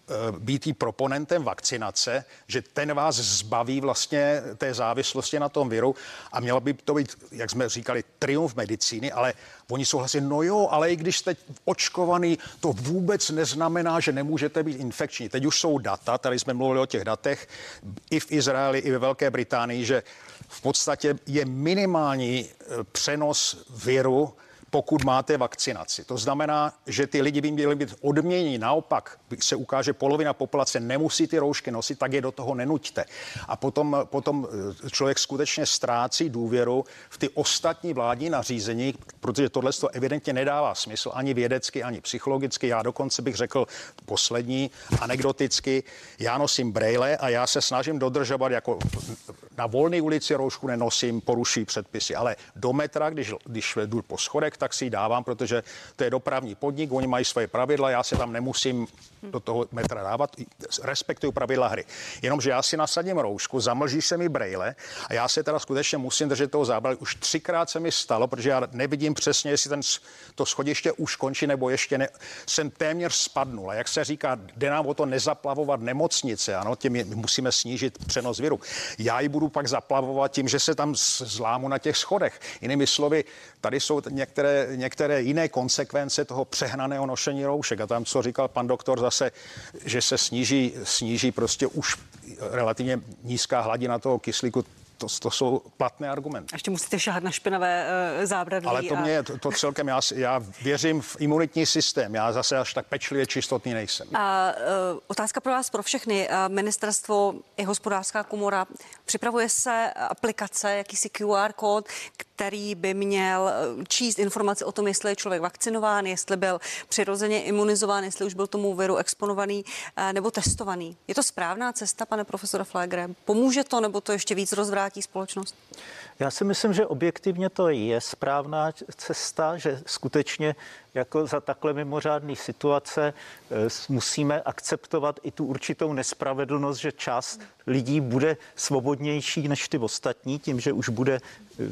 být i proponentem vakcinace, že ten vás zbaví vlastně té závislosti na tom viru a mělo by to být, jak jsme říkali, triumf medicíny, ale oni souhlasí, no jo, ale i když jste očkovaný, to vůbec neznamená, že nemůžete být infekční. Teď už jsou data, tady jsme mluvili o těch datech, i v Izraeli, i ve Velké Británii, že v podstatě je minimální přenos viru, pokud máte vakcinaci. To znamená, že ty lidi by měli být odměněni. Naopak se ukáže, polovina populace nemusí ty roušky nosit, tak je do toho nenuďte. A potom, potom člověk skutečně ztrácí důvěru v ty ostatní vládní nařízení, protože tohle to evidentně nedává smysl ani vědecky, ani psychologicky. Já dokonce bych řekl poslední, anekdoticky, já nosím brejle a já se snažím dodržovat jako na volné ulici roušku nenosím, poruší předpisy, ale do metra, když, když jdu po schodech, tak si ji dávám, protože to je dopravní podnik, oni mají svoje pravidla, já se tam nemusím do toho metra dávat, respektuju pravidla hry. Jenomže já si nasadím roušku, zamlží se mi brejle a já se teda skutečně musím držet toho zábral. Už třikrát se mi stalo, protože já nevidím přesně, jestli ten, to schodiště už končí nebo ještě ne. Jsem téměř spadnul. A jak se říká, jde nám o to nezaplavovat nemocnice, ano, tím musíme snížit přenos viru. Já ji budu pak zaplavovat tím, že se tam zlámu na těch schodech. Jinými slovy, tady jsou některé, některé jiné konsekvence toho přehnaného nošení roušek. A tam, co říkal pan doktor zase, že se sníží, sníží prostě už relativně nízká hladina toho kyslíku. To, to jsou platné argumenty. Ještě musíte šahat na špinavé uh, zábradlí. Ale to a... mě, to, to celkem, já, já věřím v imunitní systém. Já zase až tak pečlivě čistotný nejsem. A uh, otázka pro vás, pro všechny. Uh, ministerstvo i hospodářská komora připravuje se aplikace, jakýsi Q R kód, který by měl číst informace o tom, jestli je člověk vakcinován, jestli byl přirozeně imunizován, jestli už byl tomu viru exponovaný uh, nebo testovaný. Je to správná cesta, pane profesore Pflegere? Pomůže to, nebo to ještě víc rozvrátí společnost? Já si myslím, že objektivně to je správná cesta, že skutečně jako za takhle mimořádné situace musíme akceptovat i tu určitou nespravedlnost, že část lidí bude svobodnější než ty ostatní, tím, že už bude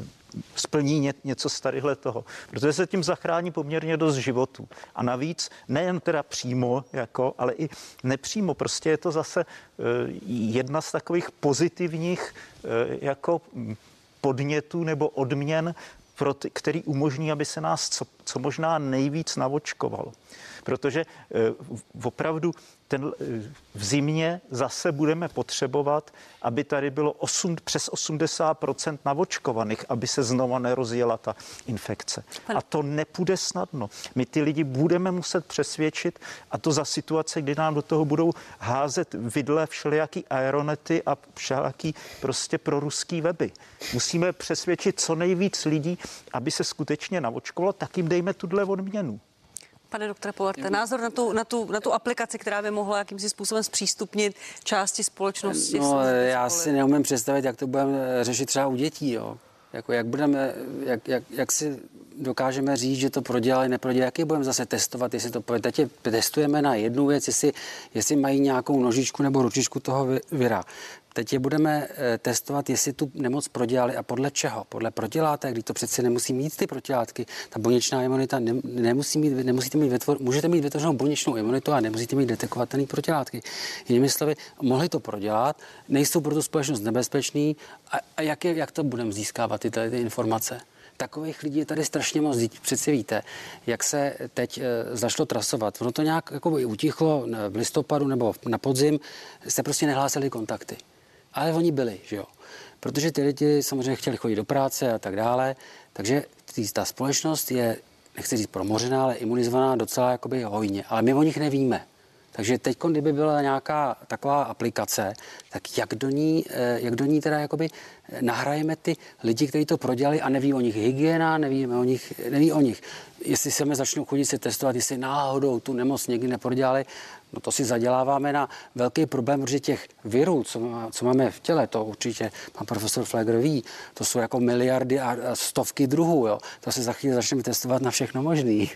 splní něco z tadyhle toho. Protože se tím zachrání poměrně dost životů. A navíc nejen teda přímo, jako, ale i nepřímo. Prostě je to zase jedna z takových pozitivních jako podnětů nebo odměn, pro ty, který umožní, aby se nás co, co možná nejvíc navočkovalo. Protože eh, opravdu ten, eh, v zimě zase budeme potřebovat, aby tady bylo osm, přes osmdesát procent navočkovaných, aby se znova nerozjela ta infekce. A to nepůjde snadno. My ty lidi budeme muset přesvědčit, a to za situace, kdy nám do toho budou házet vidle všelijaký aeronety a všelijaký prostě proruský weby. Musíme přesvědčit co nejvíc lidí, aby se skutečně navočkovalo, tak jim dejme tuhle odměnu. Pane doktore Polerte, názor na tu, na, tu, na tu aplikaci, která by mohla jakýmsi způsobem zpřístupnit části společnosti? No, já si neumím představit, jak to budeme řešit třeba u dětí, jo. Jako jak budeme, jak, jak, jak si dokážeme říct, že to prodělali, neprodělali, jak je budeme zase testovat, jestli to povede. Teď je testujeme na jednu věc, jestli, jestli mají nějakou nožičku nebo ručičku toho vira. Teď je budeme testovat, jestli tu nemoc prodělali a podle čeho? Podle protilátek, když to přece nemusí mít ty protilátky. Ta buněčná imunita ne, nemusí mít, nemusíte mít vytvor, můžete mít vytvořenou buněčnou imunitu a nemusíte mít detekovatelné protilátky. Jinými slovy, mohli to prodělat, nejsou pro tu společnost nebezpeční a, a jak, je, jak to budeme získávat ty, ty informace? Takových lidí je tady strašně moc. Přeci víte, jak se teď e, začalo trasovat. Ono to nějak jako utichlo v listopadu nebo na podzim, se prostě nehlásily kontakty. Ale oni byli, že jo. Protože ty lidi samozřejmě chtěli chodit do práce a tak dále. Takže ta společnost je, nechci říct promořená, ale imunizovaná docela jakoby hojně. Ale my o nich nevíme. Takže teď, kdyby byla nějaká taková aplikace, tak jak do ní, jak do ní teda jakoby nahrajeme ty lidi, kteří to prodělali a neví o nich hygiena, nevíme o nich, neví o nich. Jestli se začnou chodit se testovat, jestli náhodou tu nemoc někdy neprodělali, no to si zaděláváme na velký problém, protože těch virů, co, má, co máme v těle, to určitě pan profesor Flegr ví, to jsou jako miliardy a, a stovky druhů, jo. To se za chvíli začneme testovat na všechno možný.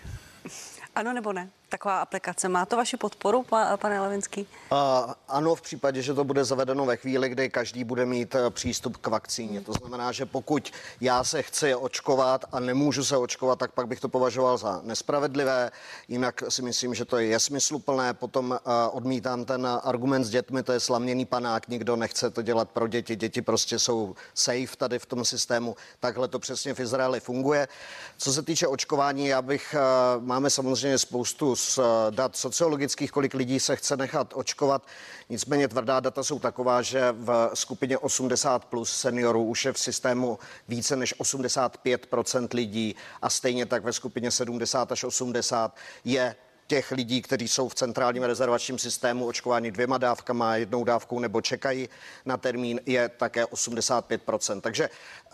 Ano nebo ne? Taková aplikace. Má to vaši podporu, pane Levinský? Uh, ano, v případě, že to bude zavedeno ve chvíli, kdy každý bude mít přístup k vakcíně. To znamená, že pokud já se chci očkovat a nemůžu se očkovat, tak pak bych to považoval za nespravedlivé. Jinak si myslím, že to je smysluplné. Potom uh, odmítám ten argument s dětmi, to je slaměný panák. Nikdo nechce to dělat pro děti. Děti prostě jsou safe tady v tom systému. Takhle to přesně v Izraeli funguje. Co se týče očkování, já bych, uh, máme samozřejmě spoustu z dat sociologických, kolik lidí se chce nechat očkovat. Nicméně tvrdá data jsou taková, že v skupině osmdesát plus seniorů už je v systému více než osmdesát pět procent lidí a stejně tak ve skupině sedmdesát až osmdesát je těch lidí, kteří jsou v centrálním rezervačním systému očkování dvěma dávkama, jednou dávkou nebo čekají na termín, je také osmdesát pět procent. Takže uh,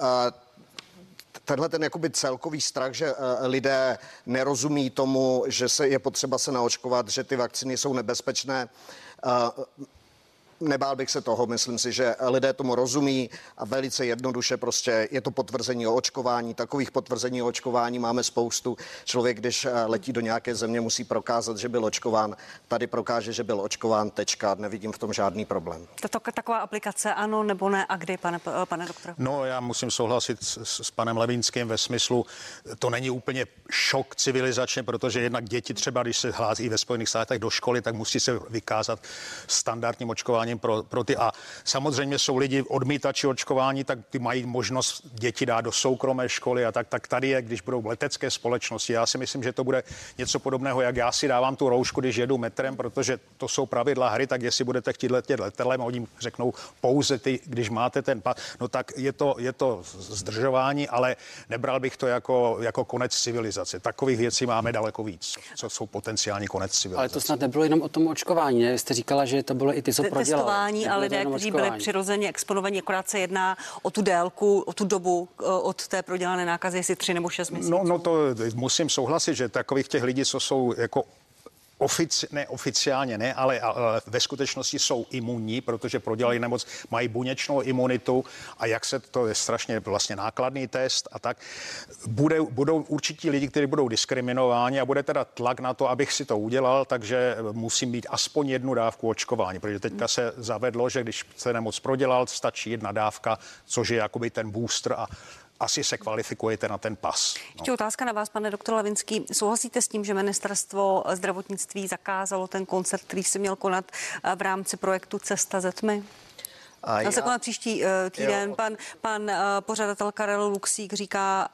tenhle ten jakoby celkový strach, že uh, lidé nerozumí tomu, že se je potřeba se naočkovat, že ty vakcíny jsou nebezpečné, uh, nebál bych se toho, myslím si, že lidé tomu rozumí a velice jednoduše prostě je to potvrzení o očkování. Takových potvrzení o očkování máme spoustu. Člověk, když letí do nějaké země, musí prokázat, že byl očkován. Tady prokáže, že byl očkován, tečka. Nevidím v tom žádný problém. Tato taková aplikace ano nebo ne a kdy, pane, pane doktore? No, já musím souhlasit s, s panem Levinským ve smyslu, to není úplně šok civilizačně, protože jednak děti třeba, když se hlásí ve Spojených státech do školy, tak musí se vykázat standardním očkováním Pro, pro ty. A samozřejmě jsou lidi odmítači očkování, tak ty mají možnost děti dát do soukromé školy a tak, tak tady je, když budou letecké společnosti. Já si myslím, že to bude něco podobného, jak já si dávám tu roušku, když jedu metrem, protože to jsou pravidla hry, tak jestli budete chtít letět letadlem, oni řeknou pouze ty, když máte ten pas, no tak je to, je to zdržování, ale nebral bych to jako, jako konec civilizace. Takových věcí máme daleko víc, co jsou potenciální konec civilizace. Ale to snad nebylo jenom o tom očkování, ne? Jste říkala, že to bylo i ty, co prodělali. A lidé, kteří byli přirozeně exponovaní, akorát se jedná o tu délku, o tu dobu od té prodělané nákazy, jestli tři nebo šest měsíců. No, no to musím souhlasit, že takových těch lidí, co jsou jako Ofici, ne, oficiálně ne, ale, ale ve skutečnosti jsou imunní, protože prodělali nemoc, mají buněčnou imunitu a jak se to je strašně vlastně nákladný test a tak. Bude, budou určití lidi, kteří budou diskriminováni a bude teda tlak na to, abych si to udělal, takže musím mít aspoň jednu dávku očkování, protože teďka se zavedlo, že když se nemoc prodělal, stačí jedna dávka, což je jakoby ten booster a asi se kvalifikujete na ten pas. No. Ještě otázka na vás, pane doktor Levinský. Souhlasíte s tím, že ministerstvo zdravotnictví zakázalo ten koncert, který se měl konat v rámci projektu Cesta ze tmy? Měl se konat příští uh, týden. Jo. Pan, pan uh, pořadatel Karel Luxík říká,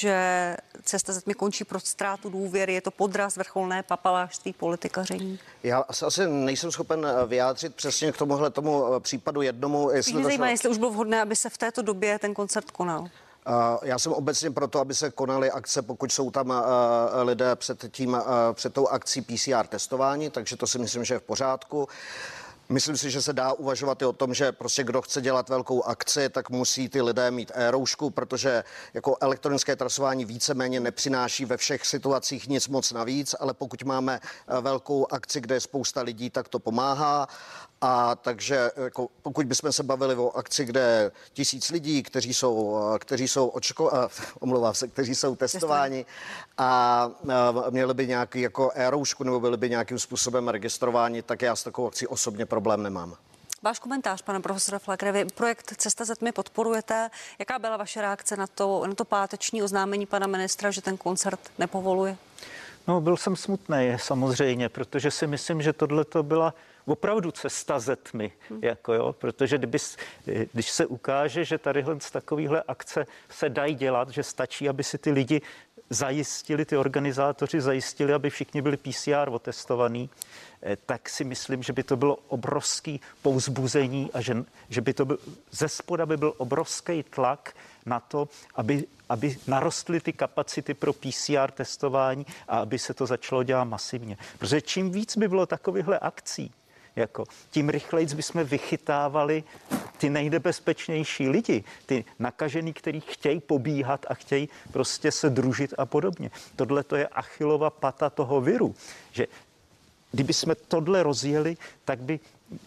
že Cesta ze tmy končí pro ztrátu důvěry. Je to podraz, vrcholné papalášství, politikaření. Já asi nejsem schopen vyjádřit přesně k tomuhle tomu případu jednomu. Jestli mě zajímá, šlo... jestli už bylo vhodné, aby se v této době ten koncert konal. Já jsem obecně proto, aby se konaly akce, pokud jsou tam lidé před, tím, před tou akcí P C R testování, takže to si myslím, že je v pořádku. Myslím si, že se dá uvažovat i o tom, že prostě kdo chce dělat velkou akci, tak musí ty lidé mít e-roušku, protože jako elektronické trasování víceméně nepřináší ve všech situacích nic moc navíc, ale pokud máme velkou akci, kde je spousta lidí, tak to pomáhá. A takže jako, pokud bychom se bavili o akci, kde tisíc lidí, kteří jsou, kteří jsou očko, uh, omlouvám se, kteří jsou testováni a uh, měli by nějaký jako e-roušku nebo byli by nějakým způsobem registrováni, tak já s takovou akcí osobně problém nemám. Váš komentář, pane profesore Flakere, vy projekt Cesta ze tmy podporujete. Jaká byla vaše reakce na to, na to páteční oznámení pana ministra, že ten koncert nepovoluje? No, byl jsem smutný samozřejmě, protože si myslím, že tohle to byla opravdu cesta ze tmy, hmm. jako jo, protože kdyby, když se ukáže, že tadyhle z takovýhle akce se dají dělat, že stačí, aby si ty lidi zajistili, ty organizátoři zajistili, aby všichni byli P C R otestovaní, tak si myslím, že by to bylo obrovský povzbuzení a že, že by to byl, ze spoda by byl obrovský tlak na to, aby, aby narostly ty kapacity pro P C R testování a aby se to začalo dělat masivně. Protože čím víc by bylo takovýchhle akcí, jako, tím rychlejc bychom vychytávali ty nejnebezpečnější lidi, ty nakažený, kteří chtějí pobíhat a chtějí prostě se družit a podobně. Tohle to je Achillova pata toho viru, že kdyby jsme tohle rozjeli, tak by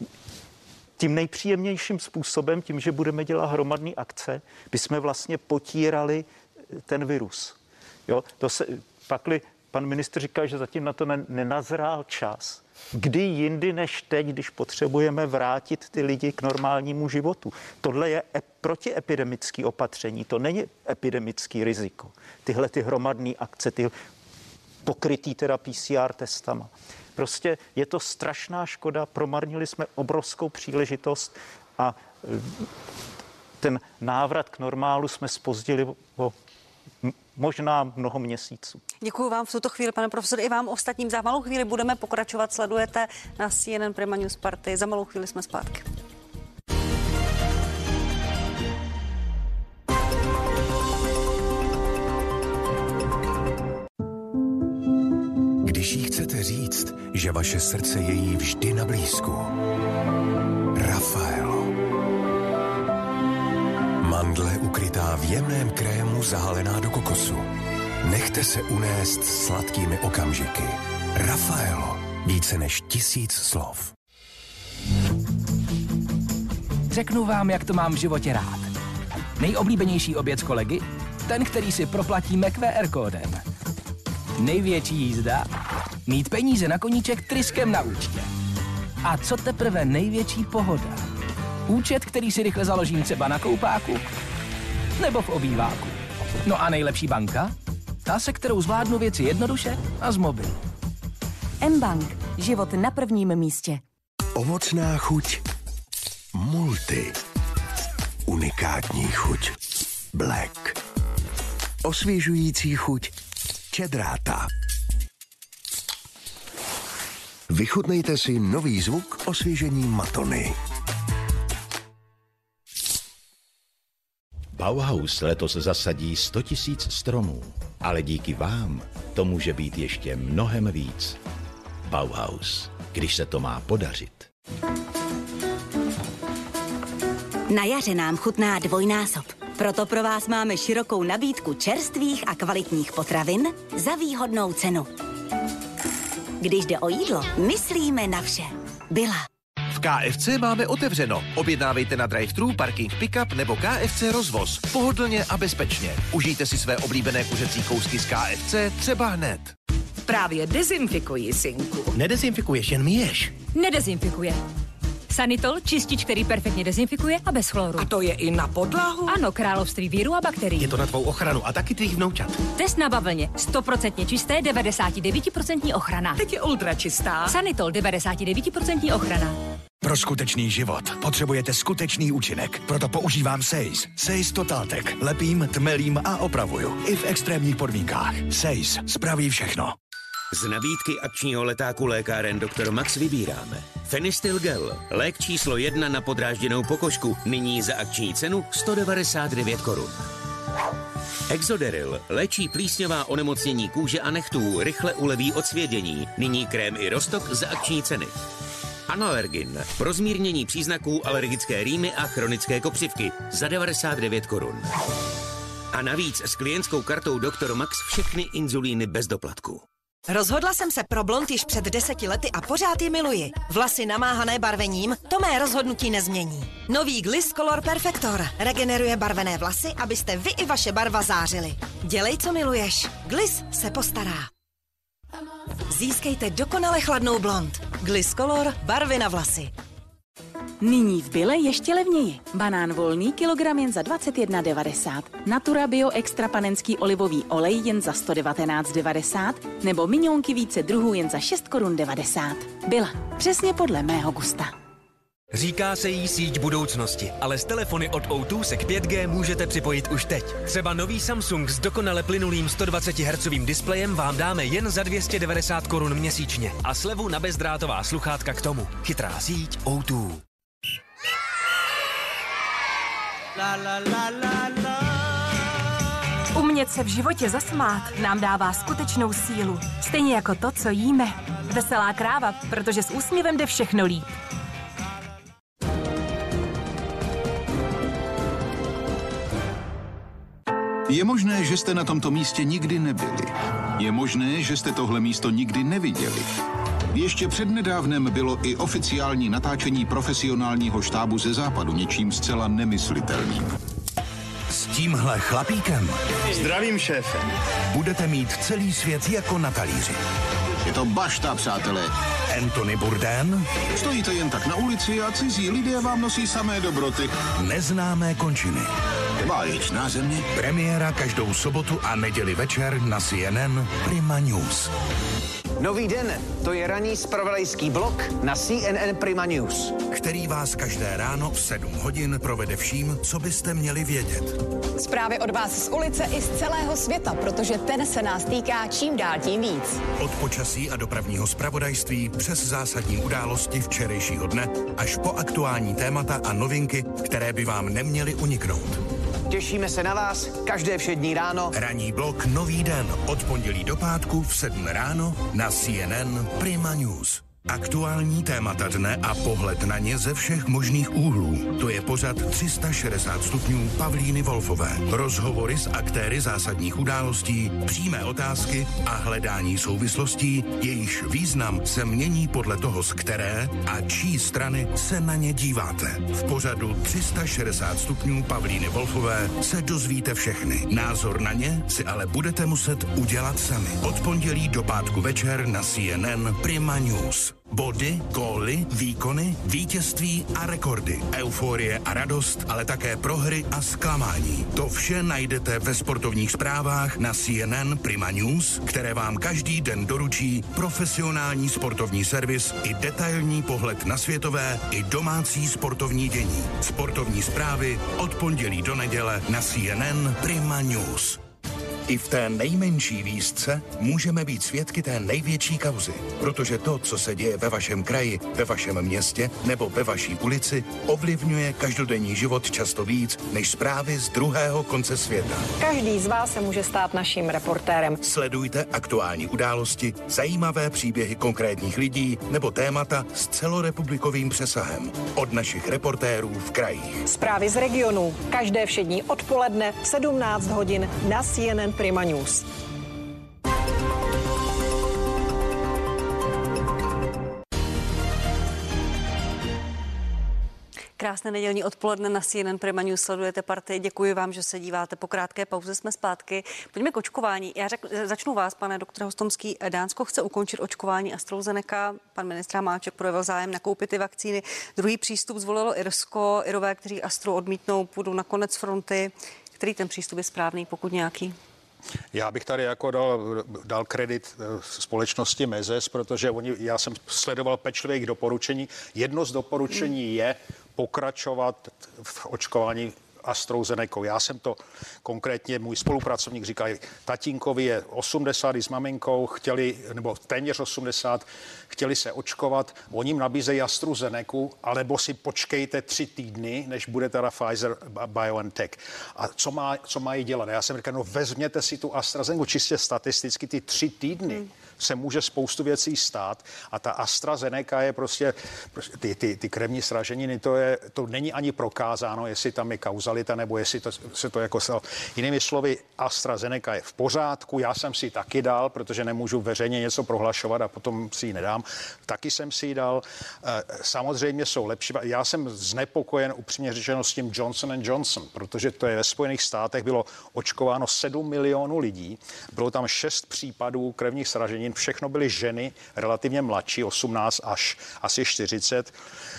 tím nejpříjemnějším způsobem, tím, že budeme dělat hromadné akce, by jsme vlastně potírali ten virus. Jo, to se, pakli pan ministr říká, že zatím na to nenazrál čas. Kdy jindy než teď, když potřebujeme vrátit ty lidi k normálnímu životu. Tohle je e- protiepidemické opatření, to není epidemický riziko. Tyhle ty hromadné akce, ty pokrytý teda P C R testama. Prostě je to strašná škoda, promarnili jsme obrovskou příležitost a ten návrat k normálu jsme zpozdili o možná mnoho měsíců. Děkuji vám v tuto chvíli, pane profesor, i vám ostatním. Za malou chvíli budeme pokračovat, sledujete na C N N Prima News Party. Za malou chvíli jsme zpátky. Když jí chcete říct, že vaše srdce je jí vždy na blízku. Raffaello. Mandle ukrytá v jemném krému zahalená do kokosu. Nechte se unést sladkými okamžiky. Raffaello. Více než tisíc slov. Řeknu vám, jak to mám v životě rád. Nejoblíbenější oběd s kolegy? Ten, který si proplatíme Q R kódem. Největší jízda? Mít peníze na koníček tryskem na účtě. A co teprve největší pohoda? Účet, který si rychle založím třeba na koupáku nebo v obýváku. No a nejlepší banka? Ta, se kterou zvládnu věci jednoduše a z mobilu. M-Bank. Život na prvním místě. Ovocná chuť Multi. Unikátní chuť Black. Osvěžující chuť Čedráta. Vychutnejte si nový zvuk osvěžení Matony. Bauhaus letos zasadí sto tisíc stromů, ale díky vám to může být ještě mnohem víc. Bauhaus, když se to má podařit. Na jaře nám chutná dvojnásob. Proto pro vás máme širokou nabídku čerstvých a kvalitních potravin za výhodnou cenu. Když jde o jídlo, myslíme na vše. Byla. V K F C máme otevřeno. Objednávejte na drive-thru, parking pick-up nebo K F C rozvoz. Pohodlně a bezpečně. Užijte si své oblíbené kuřecí kousky z K F C třeba hned. Právě dezinfikuji, synku. Nedezinfikuješ, jen myješ. Nedezinfikuje. Sanitol, čistič, který perfektně dezinfikuje a bez chloru. A to je i na podlahu? Ano, království víru a bakterií. Je to na tvou ochranu a taky tvých vnoučat. Test na bavlně. sto procent čisté, devadesát devět procent ochrana. Teď je ultra čistá. Sanitol, devadesát devět procent ochrana. Pro skutečný život potřebujete skutečný účinek. Proto používám Seiz. Seiz Totaltec. Lepím, tmelím a opravuju. I v extrémních podmínkách. Seiz spraví všechno. Z nabídky akčního letáku lékáren doktor Max vybíráme Fenistil Gel, lék číslo jedna na podrážděnou pokožku, nyní za akční cenu sto devadesát devět korun. Exoderil léčí plísňová onemocnění kůže a nechtů, rychle uleví od svědění, nyní krém i roztok za akční ceny. Analergin pro zmírnění příznaků alergické rýmy a chronické kopřivky za devadesát devět korun. A navíc s klientskou kartou doktor Max všechny inzulíny bez doplatku. Rozhodla jsem se pro blond již před deseti lety a pořád ji miluji. Vlasy namáhané barvením, to mé rozhodnutí nezmění. Nový Gliss Color Perfector regeneruje barvené vlasy, abyste vy i vaše barva zářili. Dělej, co miluješ. Gliss se postará. Získejte dokonale chladnou blond. Gliss Color, barvy na vlasy. Nyní v Bile ještě levněji. Banán volný kilogram jen za dvacet jedna devadesát. Natura Bio Extra panenský olivový olej jen za sto devatenáct devadesát. Nebo miňonky více druhů jen za šest korun devadesát. Bila. Přesně podle mého gusta. Říká se jí síť budoucnosti, ale s telefony od O dva se k pět G můžete připojit už teď. Třeba nový Samsung s dokonale plynulým sto dvacet hertzovým displejem vám dáme jen za dvě stě devadesát korun měsíčně a slevu na bezdrátová sluchátka k tomu. Chytrá síť O dva. La, la, la, la, la. Umět se v životě zasmát nám dává skutečnou sílu. Stejně jako to, co jíme. Veselá kráva, protože s úsměvem jde všechno líp. Je možné, že jste na tomto místě nikdy nebyli. Je možné, že jste tohle místo nikdy neviděli. Ještě přednedávnem bylo i oficiální natáčení profesionálního štábu ze západu něčím zcela nemyslitelným. S tímhle chlapíkem, Zdravím, šéfe. budete mít celý svět jako na talíři. Je to bašta, přátelé. Anthony Bourdain. Stojíte jen tak na ulici a cizí lidé vám nosí samé dobroty. Neznámé končiny. Báječná země. Premiéra každou sobotu a neděli večer na C N N Prima News. Nový den, to je ranní zpravodajský blok na C N N Prima News, který vás každé ráno v sedm hodin provede vším, co byste měli vědět. Zprávy od vás z ulice i z celého světa, protože ten se nás týká čím dál tím víc. Od počasí a dopravního zpravodajství přes zásadní události včerejšího dne až po aktuální témata a novinky, které by vám neměly uniknout. Těšíme se na vás každé všední ráno. Ranní blok Nový den od pondělí do pátku v sedm ráno na C N N Prima News. Aktuální témata dne a pohled na ně ze všech možných úhlů. To je pořad tři sta šedesát stupňů Pavlíny Wolfové. Rozhovory s aktéry zásadních událostí, přímé otázky a hledání souvislostí, jejichž význam se mění podle toho, z které a čí strany se na ně díváte. V pořadu tři sta šedesát stupňů Pavlíny Wolfové se dozvíte všechny. Názor na ně si ale budete muset udělat sami. Od pondělí do pátku večer na C N N Prima News. Body, góly, výkony, vítězství a rekordy, euforie a radost, ale také prohry a zklamání. To vše najdete ve sportovních zprávách na C N N Prima News, které vám každý den doručí profesionální sportovní servis i detailní pohled na světové i domácí sportovní dění. Sportovní zprávy od pondělí do neděle na C N N Prima News. I v té nejmenší výzce můžeme být svědky té největší kauzy, protože to, co se děje ve vašem kraji, ve vašem městě nebo ve vaší ulici, ovlivňuje každodenní život často víc než zprávy z druhého konce světa. Každý z vás se může stát naším reportérem. Sledujte aktuální události, zajímavé příběhy konkrétních lidí nebo témata s celorepublikovým přesahem od našich reportérů v krajích. Zprávy z regionu. Každé všední odpoledne v sedmnáct hodin na C N N Prima News. Krásné nedělní odpoledne na C N N Prima News sledujete Partii. Děkuji vám, že se díváte. Po krátké pauze jsme zpátky. Pojďme k očkování. Já řek, začnu vás, pane doktor Hostomský. Dánsko chce ukončit očkování AstraZeneca. Pan ministr Hamáček projevil zájem nakoupit ty vakcíny. Druhý přístup zvolilo Irsko. Irové, kteří Astru odmítnou, půjdou na konec fronty. Který ten přístup je správný, pokud nějaký? Já bych tady jako dal, dal kredit společnosti Mezes, protože oni, já jsem sledoval pečlivě jejich doporučení. Jedno z doporučení je pokračovat v očkování AstraZenecou. Já jsem to konkrétně, můj spolupracovník říkal, tatínkovi je osmdesát s maminkou, chtěli, nebo téměř osmdesát, chtěli se očkovat, oni jim nabízejí AstraZenecu, alebo si počkejte tři týdny, než bude teda Pfizer BioNTech. A co, má, co mají dělat? Já jsem říkal, no vezměte si tu AstraZenecu, čistě statisticky ty tři týdny. Hmm. se může spoustu věcí stát a ta AstraZeneca je prostě, prostě ty, ty, ty krevní sraženiny, to, je, to není ani prokázáno, jestli tam je kauzalita nebo jestli to, se to jako stalo. Jinými slovy, AstraZeneca je v pořádku, já jsem si ji taky dal, protože nemůžu veřejně něco prohlašovat a potom si ji nedám. Taky jsem si ji dal. Samozřejmě jsou lepší. Já jsem znepokojen upřímně řečeno s tím Johnson and Johnson, protože to je ve Spojených státech bylo očkováno sedm milionů lidí, bylo tam šest případů krevních sraženin, všechno byly ženy relativně mladší, osmnáct až asi čtyřicet.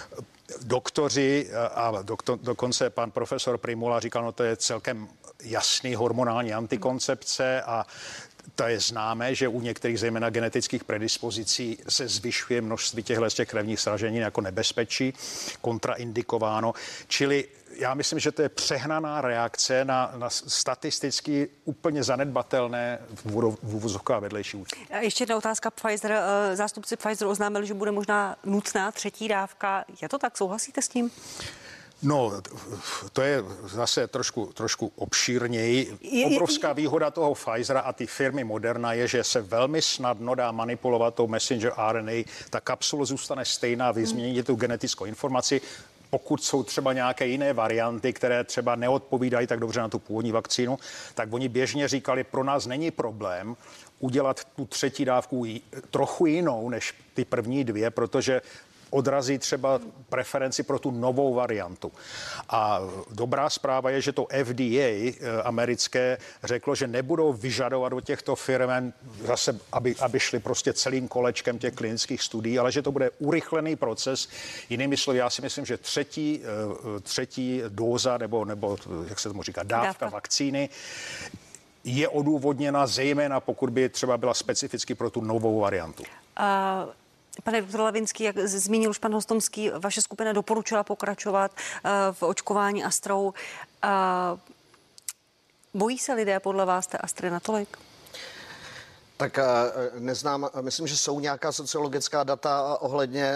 Doktoři a doktor, dokonce pan profesor Primula říkal, no to je celkem jasný hormonální antikoncepce a to je známé, že u některých zejména genetických predispozicí se zvyšuje množství těchto z těch krevních sraženin jako nebezpečí, kontraindikováno. Čili já myslím, že to je přehnaná reakce na, na statisticky úplně zanedbatelné v uvozovkách vedlejší účinky. Ještě jedna otázka. Pfizer, zástupci Pfizer oznámili, že bude možná nutná třetí dávka. Je to tak? Souhlasíte s tím? No, to je zase trošku, trošku obšírněji. Obrovská výhoda toho Pfizera a ty firmy Moderna je, že se velmi snadno dá manipulovat tou messenger R N A. Ta kapsula zůstane stejná, vy změníte tu genetickou informaci. Pokud jsou třeba nějaké jiné varianty, které třeba neodpovídají tak dobře na tu původní vakcínu, tak oni běžně říkali, pro nás není problém udělat tu třetí dávku trochu jinou než ty první dvě, protože odrazí třeba preferenci pro tu novou variantu. A dobrá zpráva je, že to F D A americké řeklo, že nebudou vyžadovat od těchto firm zase, aby, aby šli prostě celým kolečkem těch klinických studií, ale že to bude urychlený proces. Jinými slovy, já si myslím, že třetí, třetí dóza nebo, nebo jak se tomu říká, dávka, dávka. vakcíny je odůvodněna zejména, pokud by třeba byla specificky pro tu novou variantu. Uh... Pane doktor Lavinský, jak zmínil už pan Hostomský, vaše skupina doporučila pokračovat uh, v očkování Astrou. Uh, bojí se lidé podle vás té Astry natolik? Tak neznám, myslím, že jsou nějaká sociologická data ohledně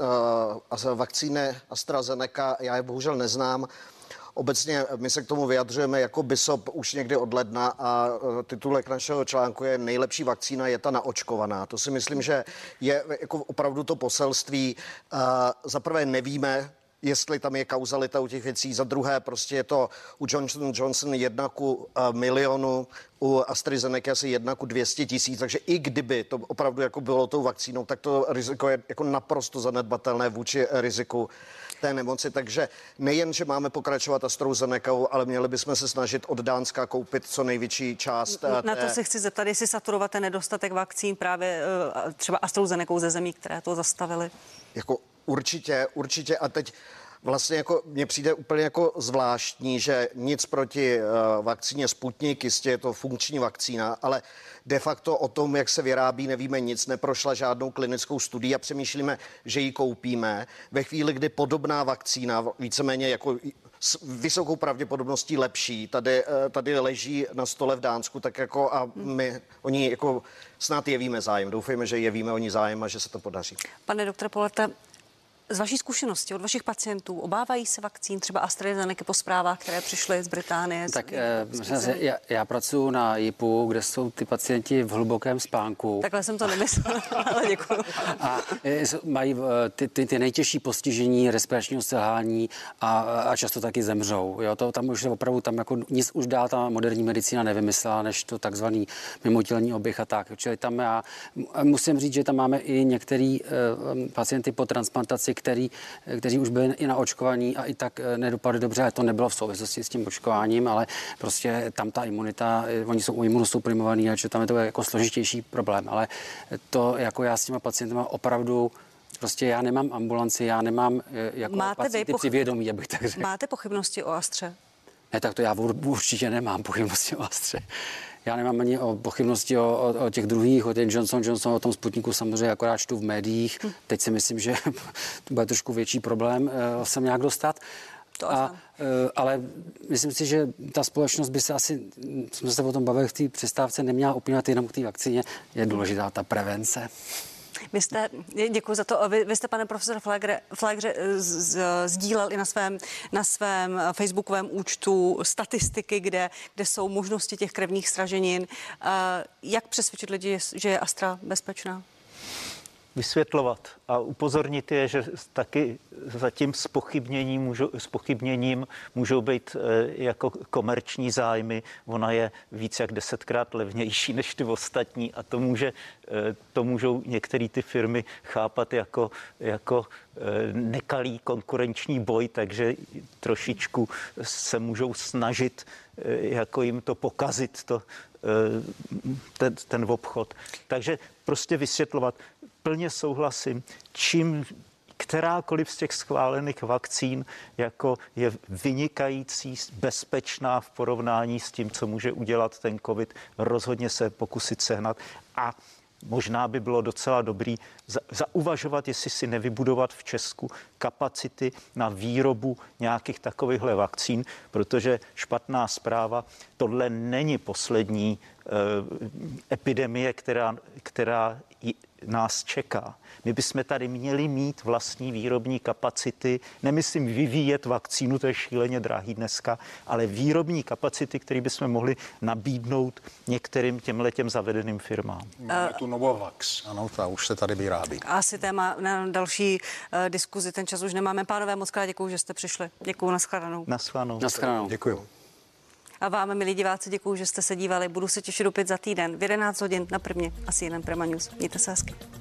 uh, vakcíny AstraZeneca, já je bohužel neznám. Obecně my se k tomu vyjadřujeme jako BISOP už někdy od ledna a titulek našeho článku je nejlepší vakcína je ta naočkovaná. To si myslím, že je jako opravdu to poselství. Za prvé nevíme, jestli tam je kauzalita u těch věcí. Za druhé prostě je to u Johnson Johnson jedna ku milionu, u AstraZeneca asi jedna ku dvě stě tisíc, takže i kdyby to opravdu jako bylo tou vakcínou, tak to riziko je jako naprosto zanedbatelné vůči riziku té nemoci, takže nejen, že máme pokračovat AstraZenecou, ale měli bychom se snažit od Dánska koupit co největší část. Na to se chci zeptat, jestli saturovat ten nedostatek vakcín právě třeba AstraZenecou ze zemí, které to zastavily. Jako určitě, určitě a teď vlastně jako mně přijde úplně jako zvláštní, že nic proti uh, vakcíně Sputnik, jistě je to funkční vakcína, ale de facto o tom, jak se vyrábí, nevíme nic, neprošla žádnou klinickou studii a přemýšlíme, že ji koupíme. Ve chvíli, kdy podobná vakcína, víceméně jako s vysokou pravděpodobností lepší, tady, tady leží na stole v Dánsku, tak jako a my oni jako snad jevíme zájem. Doufejme, že jevíme oni zájem a že se to podaří. Pane doktore Polete, z vaší zkušenosti, od vašich pacientů, obávají se vakcín, třeba AstraZeneca po zprávách, které přišly z Británie? Tak z, eh, z, já, já pracuji na J I P U, kde jsou ty pacienti v hlubokém spánku. Takhle jsem to nemyslela, ale děkuji. A eh, mají ty, ty, ty nejtěžší postižení respiračního selhání a, a často taky zemřou. Jo, to tam už opravdu tam jako nic už dál ta moderní medicína nevymyslela, než to takzvaný mimotělní oběh a tak. Čili tam já musím říct, že tam máme i některý eh, pacienty po transplantaci, Který, kteří už byli i na očkovaní a i tak nedopadly dobře, ale to nebylo v souvislosti s tím očkováním, ale prostě tam ta imunita, oni jsou imunosuprimovaní, takže tam je to jako složitější problém, ale to jako já s těma pacientama opravdu prostě já nemám ambulanci, já nemám jako Máte pacienty poch- při vědomí, abych tak řekl. Máte pochybnosti o Astře? Ne, tak to já určitě nemám pochybnosti o Astře. Já nemám ani o pochybnosti o, o, o těch druhých, o ten Johnson Johnson, o tom Sputniku samozřejmě akorát čtu v médiích. Hm. Teď si myslím, že to bude trošku větší problém uh, sem nějak dostat. To a, uh, ale myslím si, že ta společnost by se asi, jsme se o tom bavili v té přestávce, neměla upínat jenom k té vakcíně. Je důležitá ta prevence. Vy jste, děkuji za to, vy, vy jste, pane profesor Flagre, Flagre sdílel i na svém, na svém facebookovém účtu statistiky, kde, kde jsou možnosti těch krevních sraženin. Jak přesvědčit lidi, že je Astra bezpečná? Vysvětlovat a upozornit je, že taky za tím zpochybněním můžou, zpochybněním můžou být e, jako komerční zájmy. Ona je víc jak desetkrát levnější než ty ostatní a to, může, e, to můžou některé ty firmy chápat jako, jako e, nekalý konkurenční boj, takže trošičku se můžou snažit e, jako jim to pokazit, to, e, ten, ten obchod. Takže prostě vysvětlovat. Plně souhlasím, čím kterákoliv z těch schválených vakcín jako je vynikající, bezpečná v porovnání s tím, co může udělat ten covid, rozhodně se pokusit sehnat a možná by bylo docela dobrý za, zauvažovat, jestli si nevybudovat v Česku kapacity na výrobu nějakých takovýchhle vakcín, protože špatná zpráva, tohle není poslední eh, epidemie, která, která nás čeká. My bychom tady měli mít vlastní výrobní kapacity, nemyslím vyvíjet vakcínu, to je šíleně drahý dneska, ale výrobní kapacity, které bychom mohli nabídnout některým těmhletěm zavedeným firmám. Máme tu Novavax, ano, ta už se tady vyrábí. Asi téma na další uh, diskuzi, ten čas už nemáme. Pánové, moc krát děkuju, že jste přišli. Děkuju, nashledanou. Nashledanou. Nashledanou. Děkuju. A vám, milí diváci, děkuju, že jste se dívali. Budu se těšit opět za týden v jedenáct hodin na Primě a C N N Prima News. Mějte se hezky.